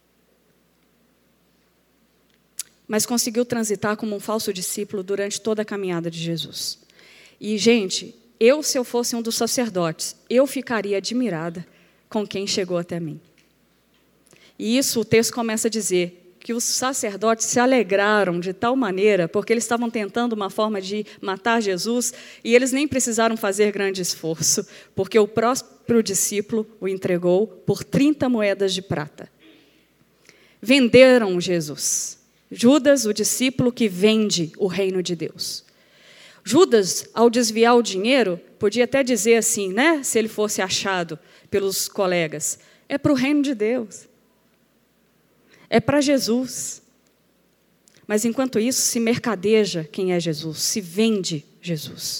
mas conseguiu transitar como um falso discípulo durante toda a caminhada de Jesus. E, gente, eu, se eu fosse um dos sacerdotes, eu ficaria admirada com quem chegou até mim. E isso o texto começa a dizer, que os sacerdotes se alegraram de tal maneira, porque eles estavam tentando uma forma de matar Jesus, e eles nem precisaram fazer grande esforço, porque o próprio discípulo o entregou por trinta moedas de prata. Venderam Jesus. Judas, o discípulo que vende o reino de Deus. Judas, ao desviar o dinheiro, podia até dizer assim, né, se ele fosse achado pelos colegas, é para o reino de Deus. É para Jesus. Mas, enquanto isso, se mercadeja quem é Jesus, se vende Jesus.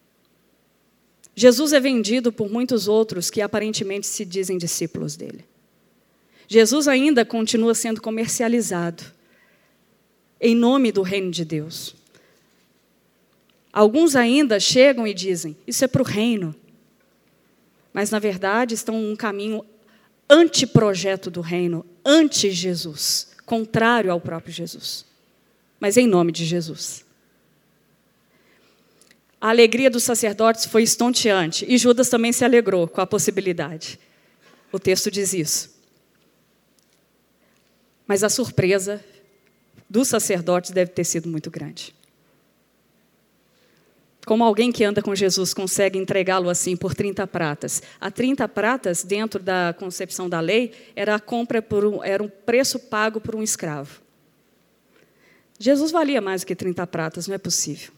Jesus é vendido por muitos outros que aparentemente se dizem discípulos dele. Jesus ainda continua sendo comercializado em nome do reino de Deus. Alguns ainda chegam e dizem, isso é para o reino. Mas, na verdade, estão em um caminho antiprojeto do reino, anti-Jesus, contrário ao próprio Jesus. Mas em nome de Jesus. A alegria dos sacerdotes foi estonteante, e Judas também se alegrou com a possibilidade. O texto diz isso. Mas a surpresa dos sacerdotes deve ter sido muito grande. Como alguém que anda com Jesus consegue entregá-lo assim por trinta pratas? A trinta pratas, dentro da concepção da lei, era a compra por um, era um preço pago por um escravo. Jesus valia mais do que trinta pratas, não é possível.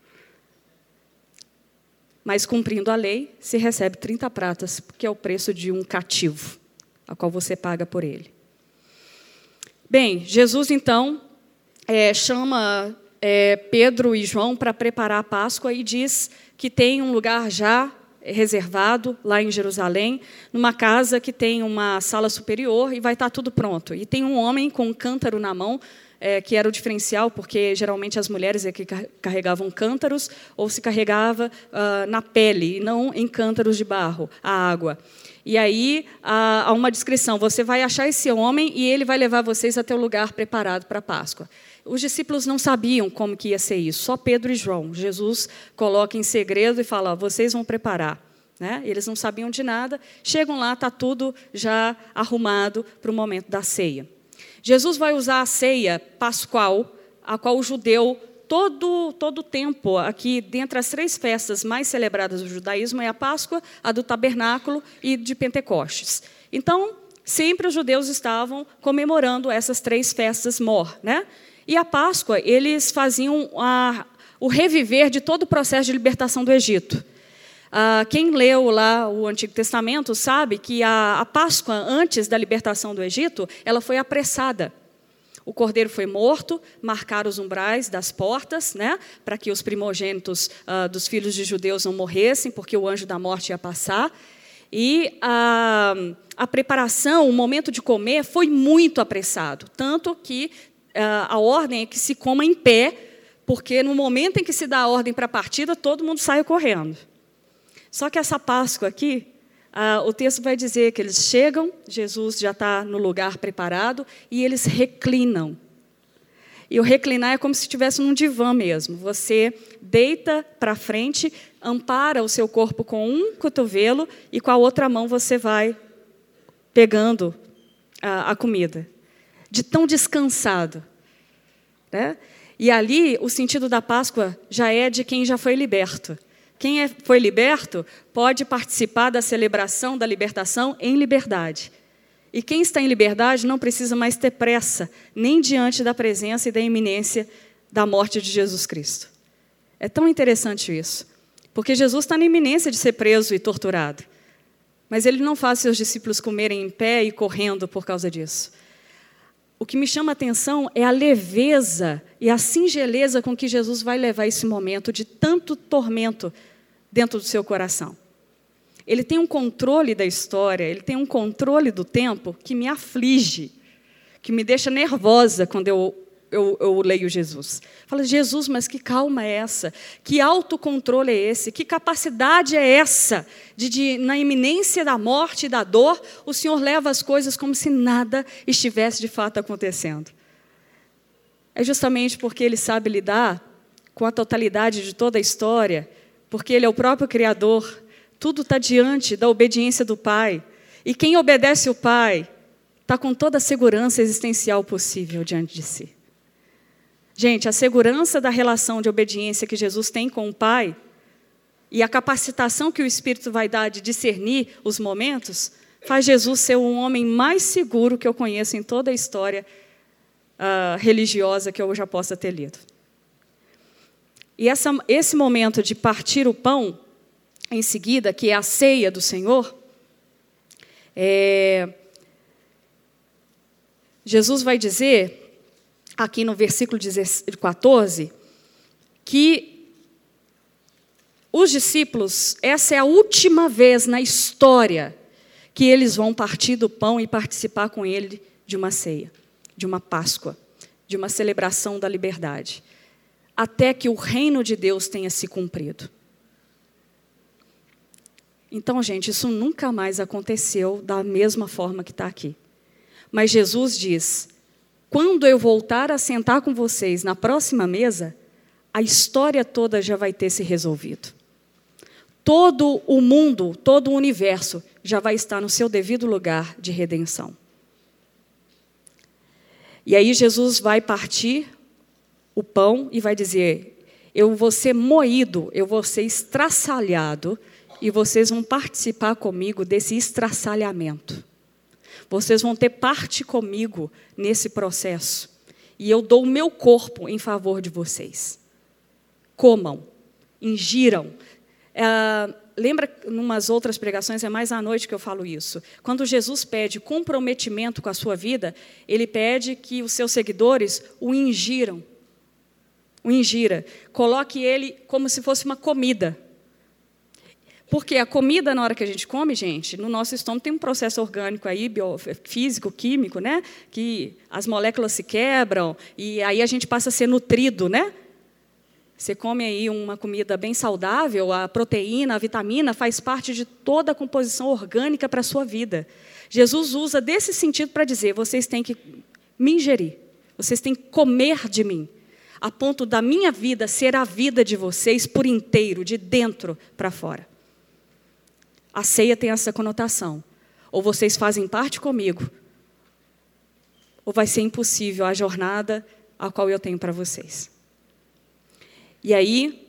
Mas, cumprindo a lei, se recebe trinta pratas, que é o preço de um cativo, a qual você paga por ele. Bem, Jesus, então, é, chama é, Pedro e João para preparar a Páscoa e diz que tem um lugar já reservado lá em Jerusalém, numa casa que tem uma sala superior e vai estar tudo pronto. E tem um homem com um cântaro na mão, é, que era o diferencial, porque geralmente as mulheres é que carregavam cântaros, ou se carregava uh, na pele, e não em cântaros de barro, a água. E aí há, há uma descrição, você vai achar esse homem e ele vai levar vocês até o lugar preparado para a Páscoa. Os discípulos não sabiam como que ia ser isso, só Pedro e João. Jesus coloca em segredo e fala, ó, vocês vão preparar. Né? Eles não sabiam de nada, chegam lá, está tudo já arrumado para o momento da ceia. Jesus vai usar a ceia pascual, a qual o judeu, todo todo tempo, aqui, dentre as três festas mais celebradas do judaísmo, é a Páscoa, a do Tabernáculo e de Pentecostes. Então, sempre os judeus estavam comemorando essas três festas mor, né? E a Páscoa, eles faziam a, o reviver de todo o processo de libertação do Egito. Ah, quem leu lá o Antigo Testamento sabe que a, a Páscoa, antes da libertação do Egito, ela foi apressada. O cordeiro foi morto, marcaram os umbrais das portas, né, para que os primogênitos ah, dos filhos de judeus não morressem, porque o anjo da morte ia passar. E a, a preparação, o momento de comer, foi muito apressado, tanto que ah, a ordem é que se coma em pé, porque no momento em que se dá a ordem para a partida, todo mundo sai correndo. Só que essa Páscoa aqui, ah, o texto vai dizer que eles chegam, Jesus já está no lugar preparado, e eles reclinam. E o reclinar é como se estivesse num divã mesmo. Você deita para frente, ampara o seu corpo com um cotovelo, e com a outra mão você vai pegando a, a comida. De tão descansado. Né? E ali, o sentido da Páscoa já é de quem já foi liberto. Quem é, foi liberto pode participar da celebração da libertação em liberdade. E quem está em liberdade não precisa mais ter pressa, nem diante da presença e da iminência da morte de Jesus Cristo. É tão interessante isso, porque Jesus está na iminência de ser preso e torturado. Mas ele não faz seus discípulos comerem em pé e correndo por causa disso. O que me chama a atenção é a leveza e a singeleza com que Jesus vai levar esse momento de tanto tormento dentro do seu coração. Ele tem um controle da história, ele tem um controle do tempo que me aflige, que me deixa nervosa quando eu, eu, eu leio Jesus. Falo, Jesus, mas que calma é essa? Que autocontrole é esse? Que capacidade é essa de, de, na iminência da morte e da dor, o Senhor leva as coisas como se nada estivesse de fato acontecendo? É justamente porque Ele sabe lidar com a totalidade de toda a história, porque Ele é o próprio Criador, tudo está diante da obediência do Pai. E quem obedece o Pai está com toda a segurança existencial possível diante de si. Gente, a segurança da relação de obediência que Jesus tem com o Pai e a capacitação que o Espírito vai dar de discernir os momentos, faz Jesus ser o homem mais seguro que eu conheço em toda a história uh, religiosa que eu já possa ter lido. E essa, esse momento de partir o pão, em seguida, que é a ceia do Senhor, é, Jesus vai dizer, aqui no versículo quatorze, que os discípulos, essa é a última vez na história que eles vão partir do pão e participar com ele de uma ceia, de uma Páscoa, de uma celebração da liberdade, até que o reino de Deus tenha se cumprido. Então, gente, isso nunca mais aconteceu da mesma forma que está aqui. Mas Jesus diz, quando eu voltar a sentar com vocês na próxima mesa, a história toda já vai ter se resolvido. Todo o mundo, todo o universo já vai estar no seu devido lugar de redenção. E aí Jesus vai partir o pão e vai dizer, eu vou ser moído, eu vou ser estraçalhado, e vocês vão participar comigo desse estraçalhamento. Vocês vão ter parte comigo nesse processo. E eu dou o meu corpo em favor de vocês. Comam, ingiram. É, lembra, em umas outras pregações, é mais à noite que eu falo isso. Quando Jesus pede comprometimento com a sua vida, Ele pede que os seus seguidores o ingiram. O ingira. Coloque ele como se fosse uma comida. Porque a comida, na hora que a gente come, gente, no nosso estômago tem um processo orgânico aí, biofísico, químico, né? Que as moléculas se quebram e aí a gente passa a ser nutrido, né? Você come aí uma comida bem saudável, a proteína, a vitamina faz parte de toda a composição orgânica para a sua vida. Jesus usa desse sentido para dizer, vocês têm que me ingerir, vocês têm que comer de mim, a ponto da minha vida ser a vida de vocês por inteiro, de dentro para fora. A ceia tem essa conotação. Ou vocês fazem parte comigo, ou vai ser impossível a jornada a qual eu tenho para vocês. E aí,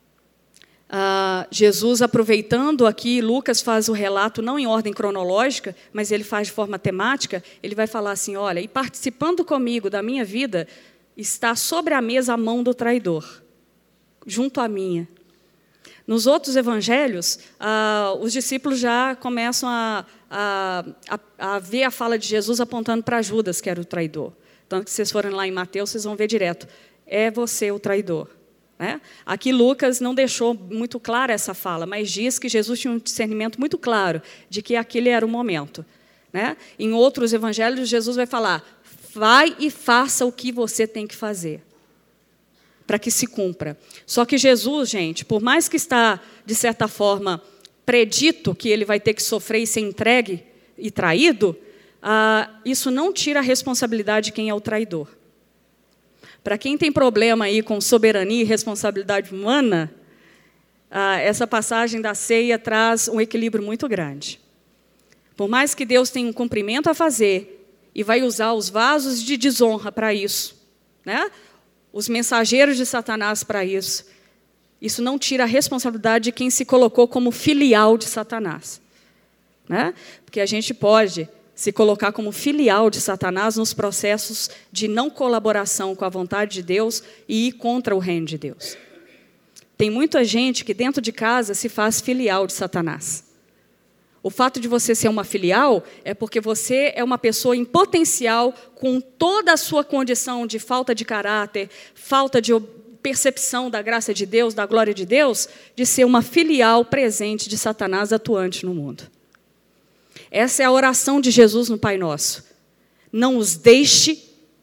uh, Jesus, aproveitando aqui, Lucas faz o relato, não em ordem cronológica, mas ele faz de forma temática, ele vai falar assim, olha, e participando comigo da minha vida, está sobre a mesa a mão do traidor, junto à minha. Nos outros evangelhos, ah, os discípulos já começam a, a, a, a ver a fala de Jesus apontando para Judas, que era o traidor. Tanto que, se vocês forem lá em Mateus, vocês vão ver direto. É você o traidor. Né? Aqui, Lucas não deixou muito clara essa fala, mas diz que Jesus tinha um discernimento muito claro de que aquele era o momento. Né? Em outros evangelhos, Jesus vai falar, vai e faça o que você tem que fazer, para que se cumpra. Só que Jesus, gente, por mais que está, de certa forma, predito que ele vai ter que sofrer e ser entregue e traído, ah, isso não tira a responsabilidade de quem é o traidor. Para quem tem problema aí com soberania e responsabilidade humana, ah, essa passagem da ceia traz um equilíbrio muito grande. Por mais que Deus tenha um cumprimento a fazer e vai usar os vasos de desonra para isso, né? Os mensageiros de Satanás para isso. Isso não tira a responsabilidade de quem se colocou como filial de Satanás. Né? Porque a gente pode se colocar como filial de Satanás nos processos de não colaboração com a vontade de Deus e ir contra o reino de Deus. Tem muita gente que dentro de casa se faz filial de Satanás. O fato de você ser uma filial é porque você é uma pessoa em potencial com toda a sua condição de falta de caráter, falta de percepção da graça de Deus, da glória de Deus, de ser uma filial presente de Satanás atuante no mundo. Essa é a oração de Jesus no Pai Nosso. Não os deixe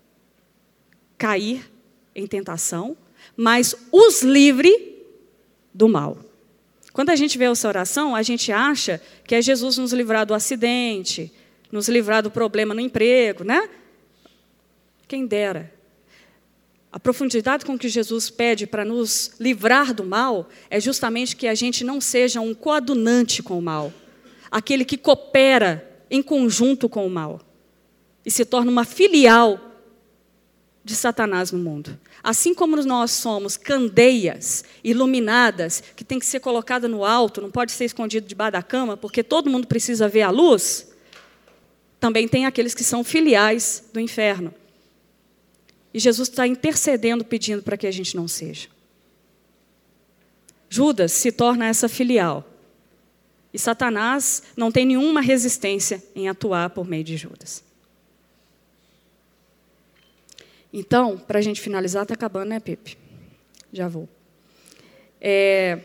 cair em tentação, mas os livre do mal. Quando a gente vê essa oração, a gente acha que é Jesus nos livrar do acidente, nos livrar do problema no emprego, né? Quem dera. A profundidade com que Jesus pede para nos livrar do mal é justamente que a gente não seja um coadunante com o mal, aquele que coopera em conjunto com o mal e se torna uma filial de Satanás no mundo. Assim como nós somos candeias iluminadas, que tem que ser colocada no alto, não pode ser escondido debaixo da cama, porque todo mundo precisa ver a luz, também tem aqueles que são filiais do inferno. E Jesus está intercedendo, pedindo para que a gente não seja. Judas se torna essa filial. E Satanás não tem nenhuma resistência em atuar por meio de Judas. Então, para a gente finalizar, está acabando, né, Pepe? Já vou. É...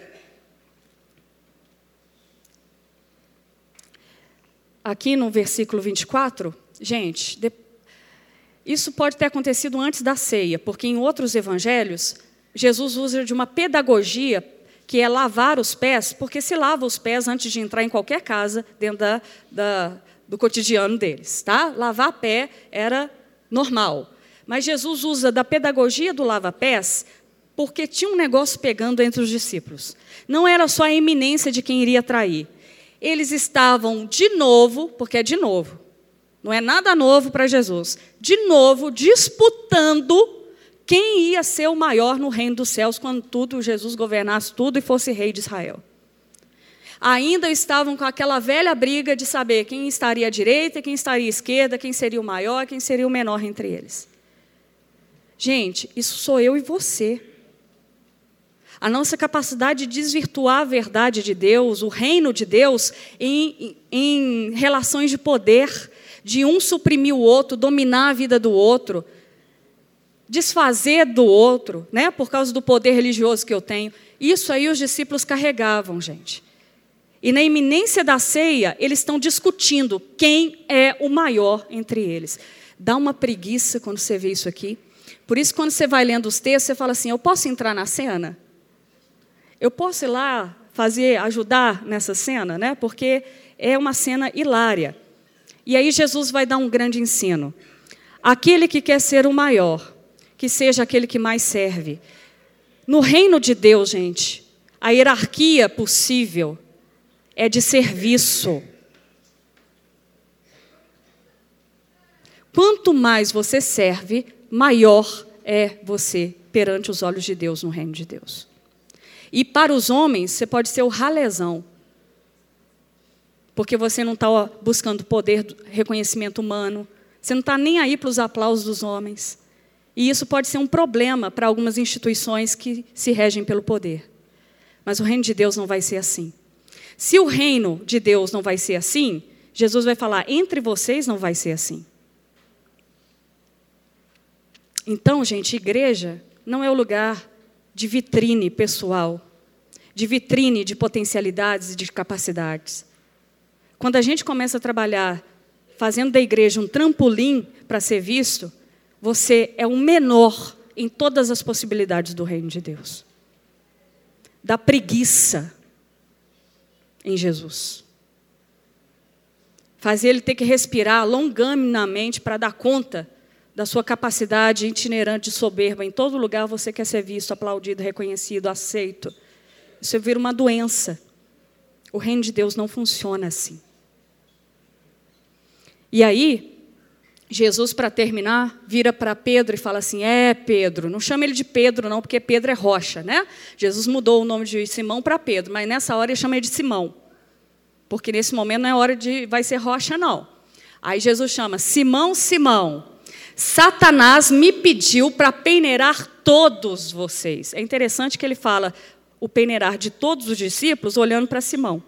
Aqui no versículo vinte e quatro, gente, de... isso pode ter acontecido antes da ceia, porque em outros evangelhos, Jesus usa de uma pedagogia que é lavar os pés, porque se lava os pés antes de entrar em qualquer casa, dentro da, da, do cotidiano deles. Tá? Lavar pé era normal. Mas Jesus usa da pedagogia do lava-pés porque tinha um negócio pegando entre os discípulos. Não era só a iminência de quem iria trair. Eles estavam de novo, porque é de novo, não é nada novo para Jesus, de novo disputando quem ia ser o maior no reino dos céus quando tudo, Jesus governasse tudo e fosse rei de Israel. Ainda estavam com aquela velha briga de saber quem estaria à direita, quem estaria à esquerda, quem seria o maior, quem seria o menor entre eles. Gente, isso sou eu e você. A nossa capacidade de desvirtuar a verdade de Deus, o reino de Deus, em, em relações de poder, de um suprimir o outro, dominar a vida do outro, desfazer do outro, né, por causa do poder religioso que eu tenho. Isso aí os discípulos carregavam, gente. E na iminência da ceia, eles estão discutindo quem é o maior entre eles. Dá uma preguiça quando você vê isso aqui. Por isso, quando você vai lendo os textos, você fala assim, eu posso entrar na cena? Eu posso ir lá fazer, ajudar nessa cena? Né? Porque é uma cena hilária. E aí Jesus vai dar um grande ensino. Aquele que quer ser o maior, que seja aquele que mais serve. No reino de Deus, gente, a hierarquia possível é de serviço. Quanto mais você serve, maior é você perante os olhos de Deus no reino de Deus. E para os homens, você pode ser o ralezão. Porque você não está buscando poder, reconhecimento humano. Você não está nem aí para os aplausos dos homens. E isso pode ser um problema para algumas instituições que se regem pelo poder. Mas o reino de Deus não vai ser assim. Se o reino de Deus não vai ser assim, Jesus vai falar, entre vocês não vai ser assim. Então, gente, igreja não é o lugar de vitrine pessoal, de vitrine de potencialidades e de capacidades. Quando a gente começa a trabalhar fazendo da igreja um trampolim para ser visto, você é o menor em todas as possibilidades do reino de Deus. Da preguiça em Jesus. Fazer ele ter que respirar longanimamente para dar conta da sua capacidade itinerante de soberba. Em todo lugar você quer ser visto, aplaudido, reconhecido, aceito. Isso vira uma doença. O reino de Deus não funciona assim. E aí, Jesus, para terminar, vira para Pedro e fala assim, é Pedro, não chama ele de Pedro não, porque Pedro é rocha, né? Jesus mudou o nome de Simão para Pedro, mas nessa hora ele chama ele de Simão. Porque nesse momento não é hora de, vai ser rocha não. Aí Jesus chama, Simão, Simão, Satanás me pediu para peneirar todos vocês. É interessante que ele fala o peneirar de todos os discípulos olhando para Simão.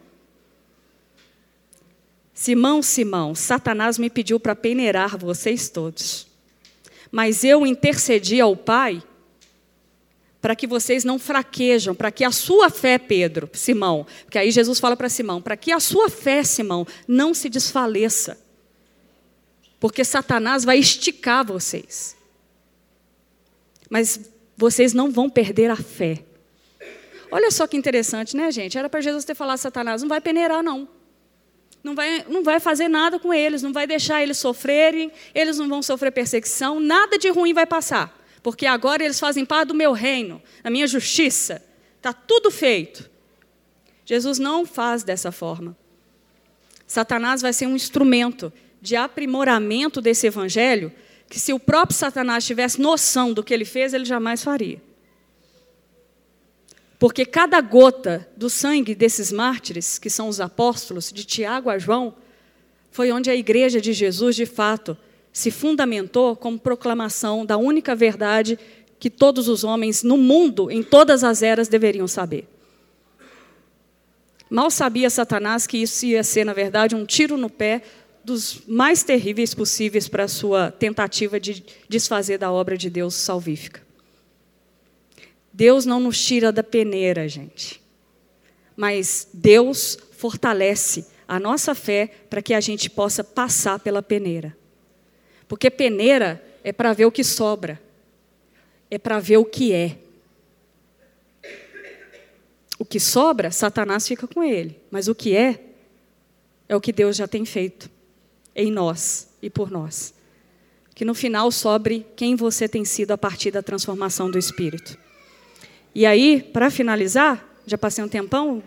Simão, Simão, Satanás me pediu para peneirar vocês todos. Mas eu intercedi ao Pai para que vocês não fraquejam, para que a sua fé, Pedro, Simão, porque aí Jesus fala para Simão, para que a sua fé, Simão, não se desfaleça. Porque Satanás vai esticar vocês. Mas vocês não vão perder a fé. Olha só que interessante, né, gente? Era para Jesus ter falado a Satanás, não vai peneirar, não. Não vai, não vai fazer nada com eles, não vai deixar eles sofrerem, eles não vão sofrer perseguição, nada de ruim vai passar. Porque agora eles fazem parte do meu reino, da minha justiça. Está tudo feito. Jesus não faz dessa forma. Satanás vai ser um instrumento de aprimoramento desse evangelho, que se o próprio Satanás tivesse noção do que ele fez, ele jamais faria. Porque cada gota do sangue desses mártires, que são os apóstolos, de Tiago a João, foi onde a igreja de Jesus, de fato, se fundamentou como proclamação da única verdade que todos os homens no mundo, em todas as eras, deveriam saber. Mal sabia Satanás que isso ia ser, na verdade, um tiro no pé dos mais terríveis possíveis para a sua tentativa de desfazer da obra de Deus salvífica. Deus não nos tira da peneira, gente. Mas Deus fortalece a nossa fé para que a gente possa passar pela peneira. Porque peneira é para ver o que sobra. É para ver o que é. O que sobra, Satanás fica com ele. Mas o que é, é o que Deus já tem feito em nós e por nós. Que no final sobre quem você tem sido a partir da transformação do Espírito. E aí, para finalizar, já passei um tempão,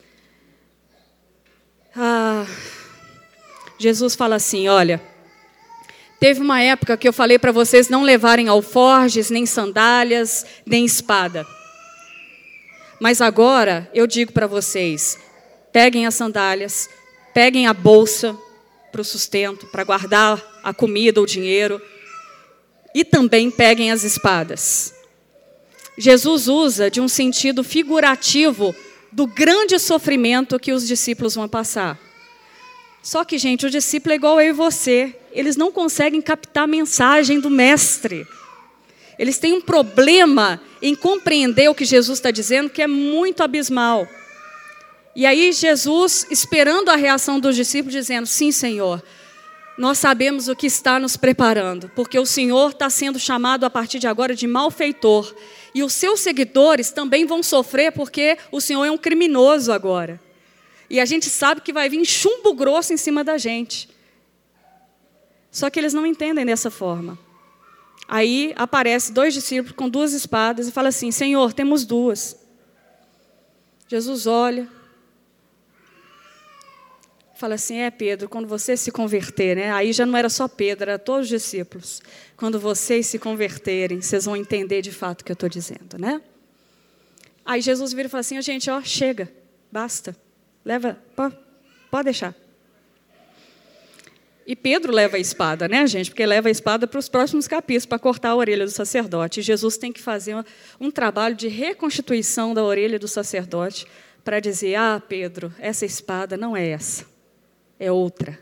ah, Jesus fala assim, olha, teve uma época que eu falei para vocês não levarem alforjes, nem sandálias, nem espada. Mas agora eu digo para vocês, peguem as sandálias, peguem a bolsa para o sustento, para guardar a comida, o dinheiro, e também peguem as espadas. Jesus usa de um sentido figurativo do grande sofrimento que os discípulos vão passar. Só que, gente, o discípulo é igual eu e você. Eles não conseguem captar a mensagem do mestre. Eles têm um problema em compreender o que Jesus está dizendo, que é muito abismal. E aí Jesus, esperando a reação dos discípulos, dizendo, sim, Senhor, nós sabemos o que está nos preparando, porque o Senhor está sendo chamado a partir de agora de malfeitor. E os seus seguidores também vão sofrer, porque o Senhor é um criminoso agora. E a gente sabe que vai vir chumbo grosso em cima da gente. Só que eles não entendem dessa forma. Aí aparecem dois discípulos com duas espadas e falam assim, Senhor, temos duas. Jesus olha, fala assim, é Pedro, quando você se converter, né? Aí já não era só Pedro, era todos os discípulos. Quando vocês se converterem, vocês vão entender de fato o que eu estou dizendo, né? Aí Jesus vira e fala assim, oh, gente, ó, chega, basta, leva, pode, pode deixar. E Pedro leva a espada, né, gente? Porque leva a espada para os próximos capítulos, para cortar a orelha do sacerdote. E Jesus tem que fazer um, um trabalho de reconstituição da orelha do sacerdote para dizer, ah, Pedro, essa espada não é essa, é outra.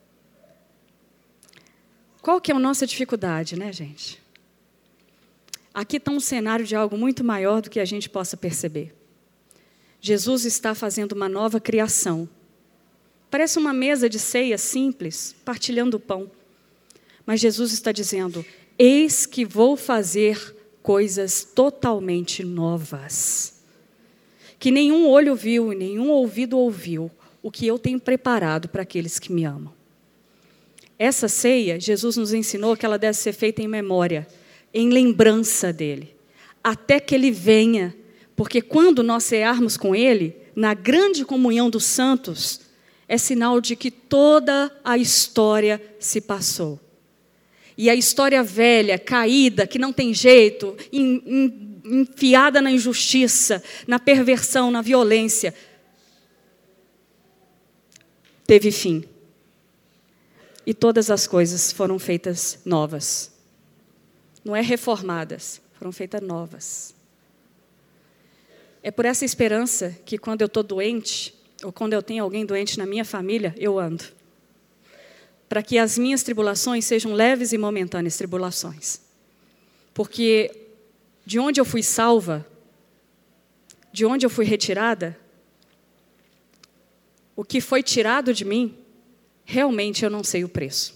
Qual que é a nossa dificuldade, né, gente? Aqui está um cenário de algo muito maior do que a gente possa perceber. Jesus está fazendo uma nova criação. Parece uma mesa de ceia simples, partilhando o pão. Mas Jesus está dizendo, eis que vou fazer coisas totalmente novas. Que nenhum olho viu e nenhum ouvido ouviu o que eu tenho preparado para aqueles que me amam. Essa ceia, Jesus nos ensinou que ela deve ser feita em memória, em lembrança dele, até que ele venha. Porque quando nós cearmos com ele, na grande comunhão dos santos, é sinal de que toda a história se passou. E a história velha, caída, que não tem jeito, enfiada na injustiça, na perversão, na violência, teve fim. E todas as coisas foram feitas novas. Não é reformadas, foram feitas novas. É por essa esperança que quando eu estou doente, ou quando eu tenho alguém doente na minha família, eu ando. Para que as minhas tribulações sejam leves e momentâneas tribulações. Porque de onde eu fui salva, de onde eu fui retirada, o que foi tirado de mim, realmente eu não sei o preço.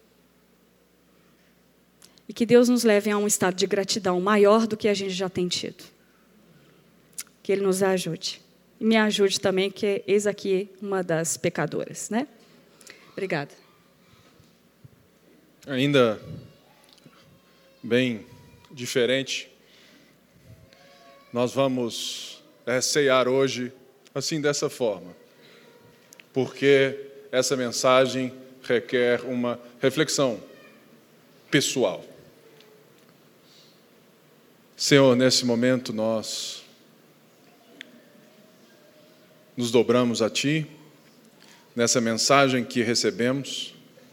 E que Deus nos leve a um estado de gratidão maior do que a gente já tem tido. Que Ele nos ajude. E me ajude também, que eis aqui uma das pecadoras, né? Obrigada. Ainda bem diferente, nós vamos é, ceiar hoje assim, dessa forma, porque essa mensagem requer uma reflexão pessoal. Senhor, nesse momento nós nos dobramos a Ti, nessa mensagem que recebemos,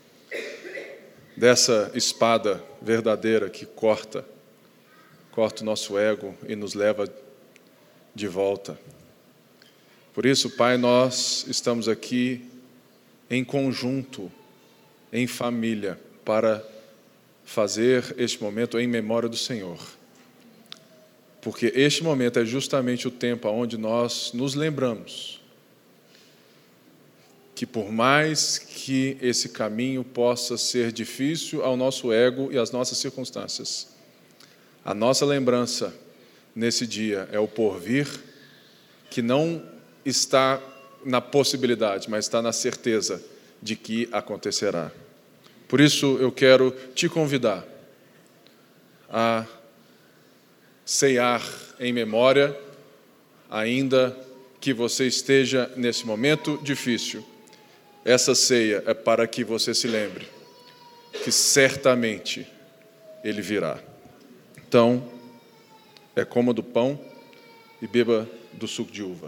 dessa espada verdadeira que corta, corta o nosso ego e nos leva de volta. Por isso, Pai, nós estamos aqui em conjunto, em família, para fazer este momento em memória do Senhor. Porque este momento é justamente o tempo onde nós nos lembramos que por mais que esse caminho possa ser difícil ao nosso ego e às nossas circunstâncias, a nossa lembrança nesse dia é o porvir, que não está na possibilidade, mas está na certeza de que acontecerá. Por isso eu quero te convidar a ceiar em memória, ainda que você esteja nesse momento difícil. Essa ceia é para que você se lembre que certamente Ele virá. Então, é coma do pão e beba do suco de uva.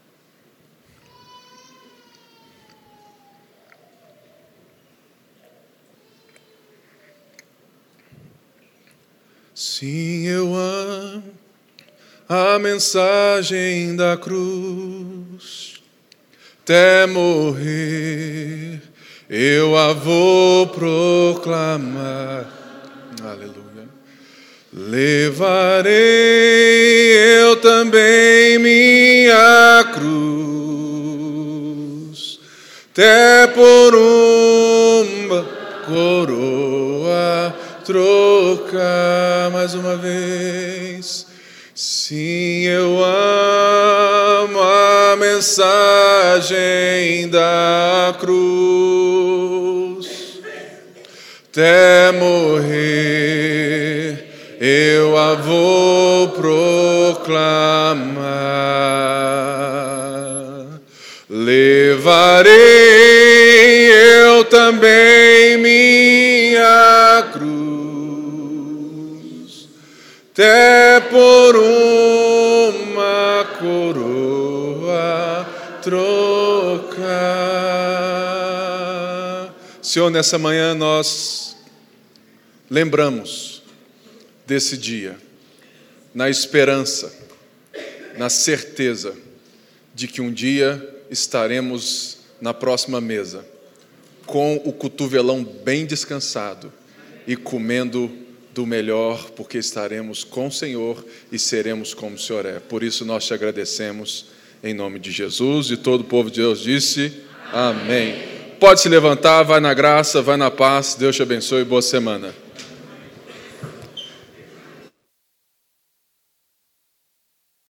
Sim, eu amo a mensagem da cruz. Até morrer, eu a vou proclamar. Aleluia. Levarei eu também minha cruz. até por uma coroa trocar. Mais uma vez. Sim, eu amo a mensagem da cruz. Até morrer eu a vou proclamar. Levarei eu também minha cruz, até por uma coroa trocar. Senhor, nessa manhã nós lembramos desse dia, na esperança, na certeza de que um dia estaremos na próxima mesa, com o cotovelão bem descansado e comendo do melhor, porque estaremos com o Senhor e seremos como o Senhor é. Por isso nós te agradecemos em nome de Jesus, e todo o povo de Deus disse amém. Pode se levantar, vai na graça, vai na paz, Deus te abençoe e boa semana.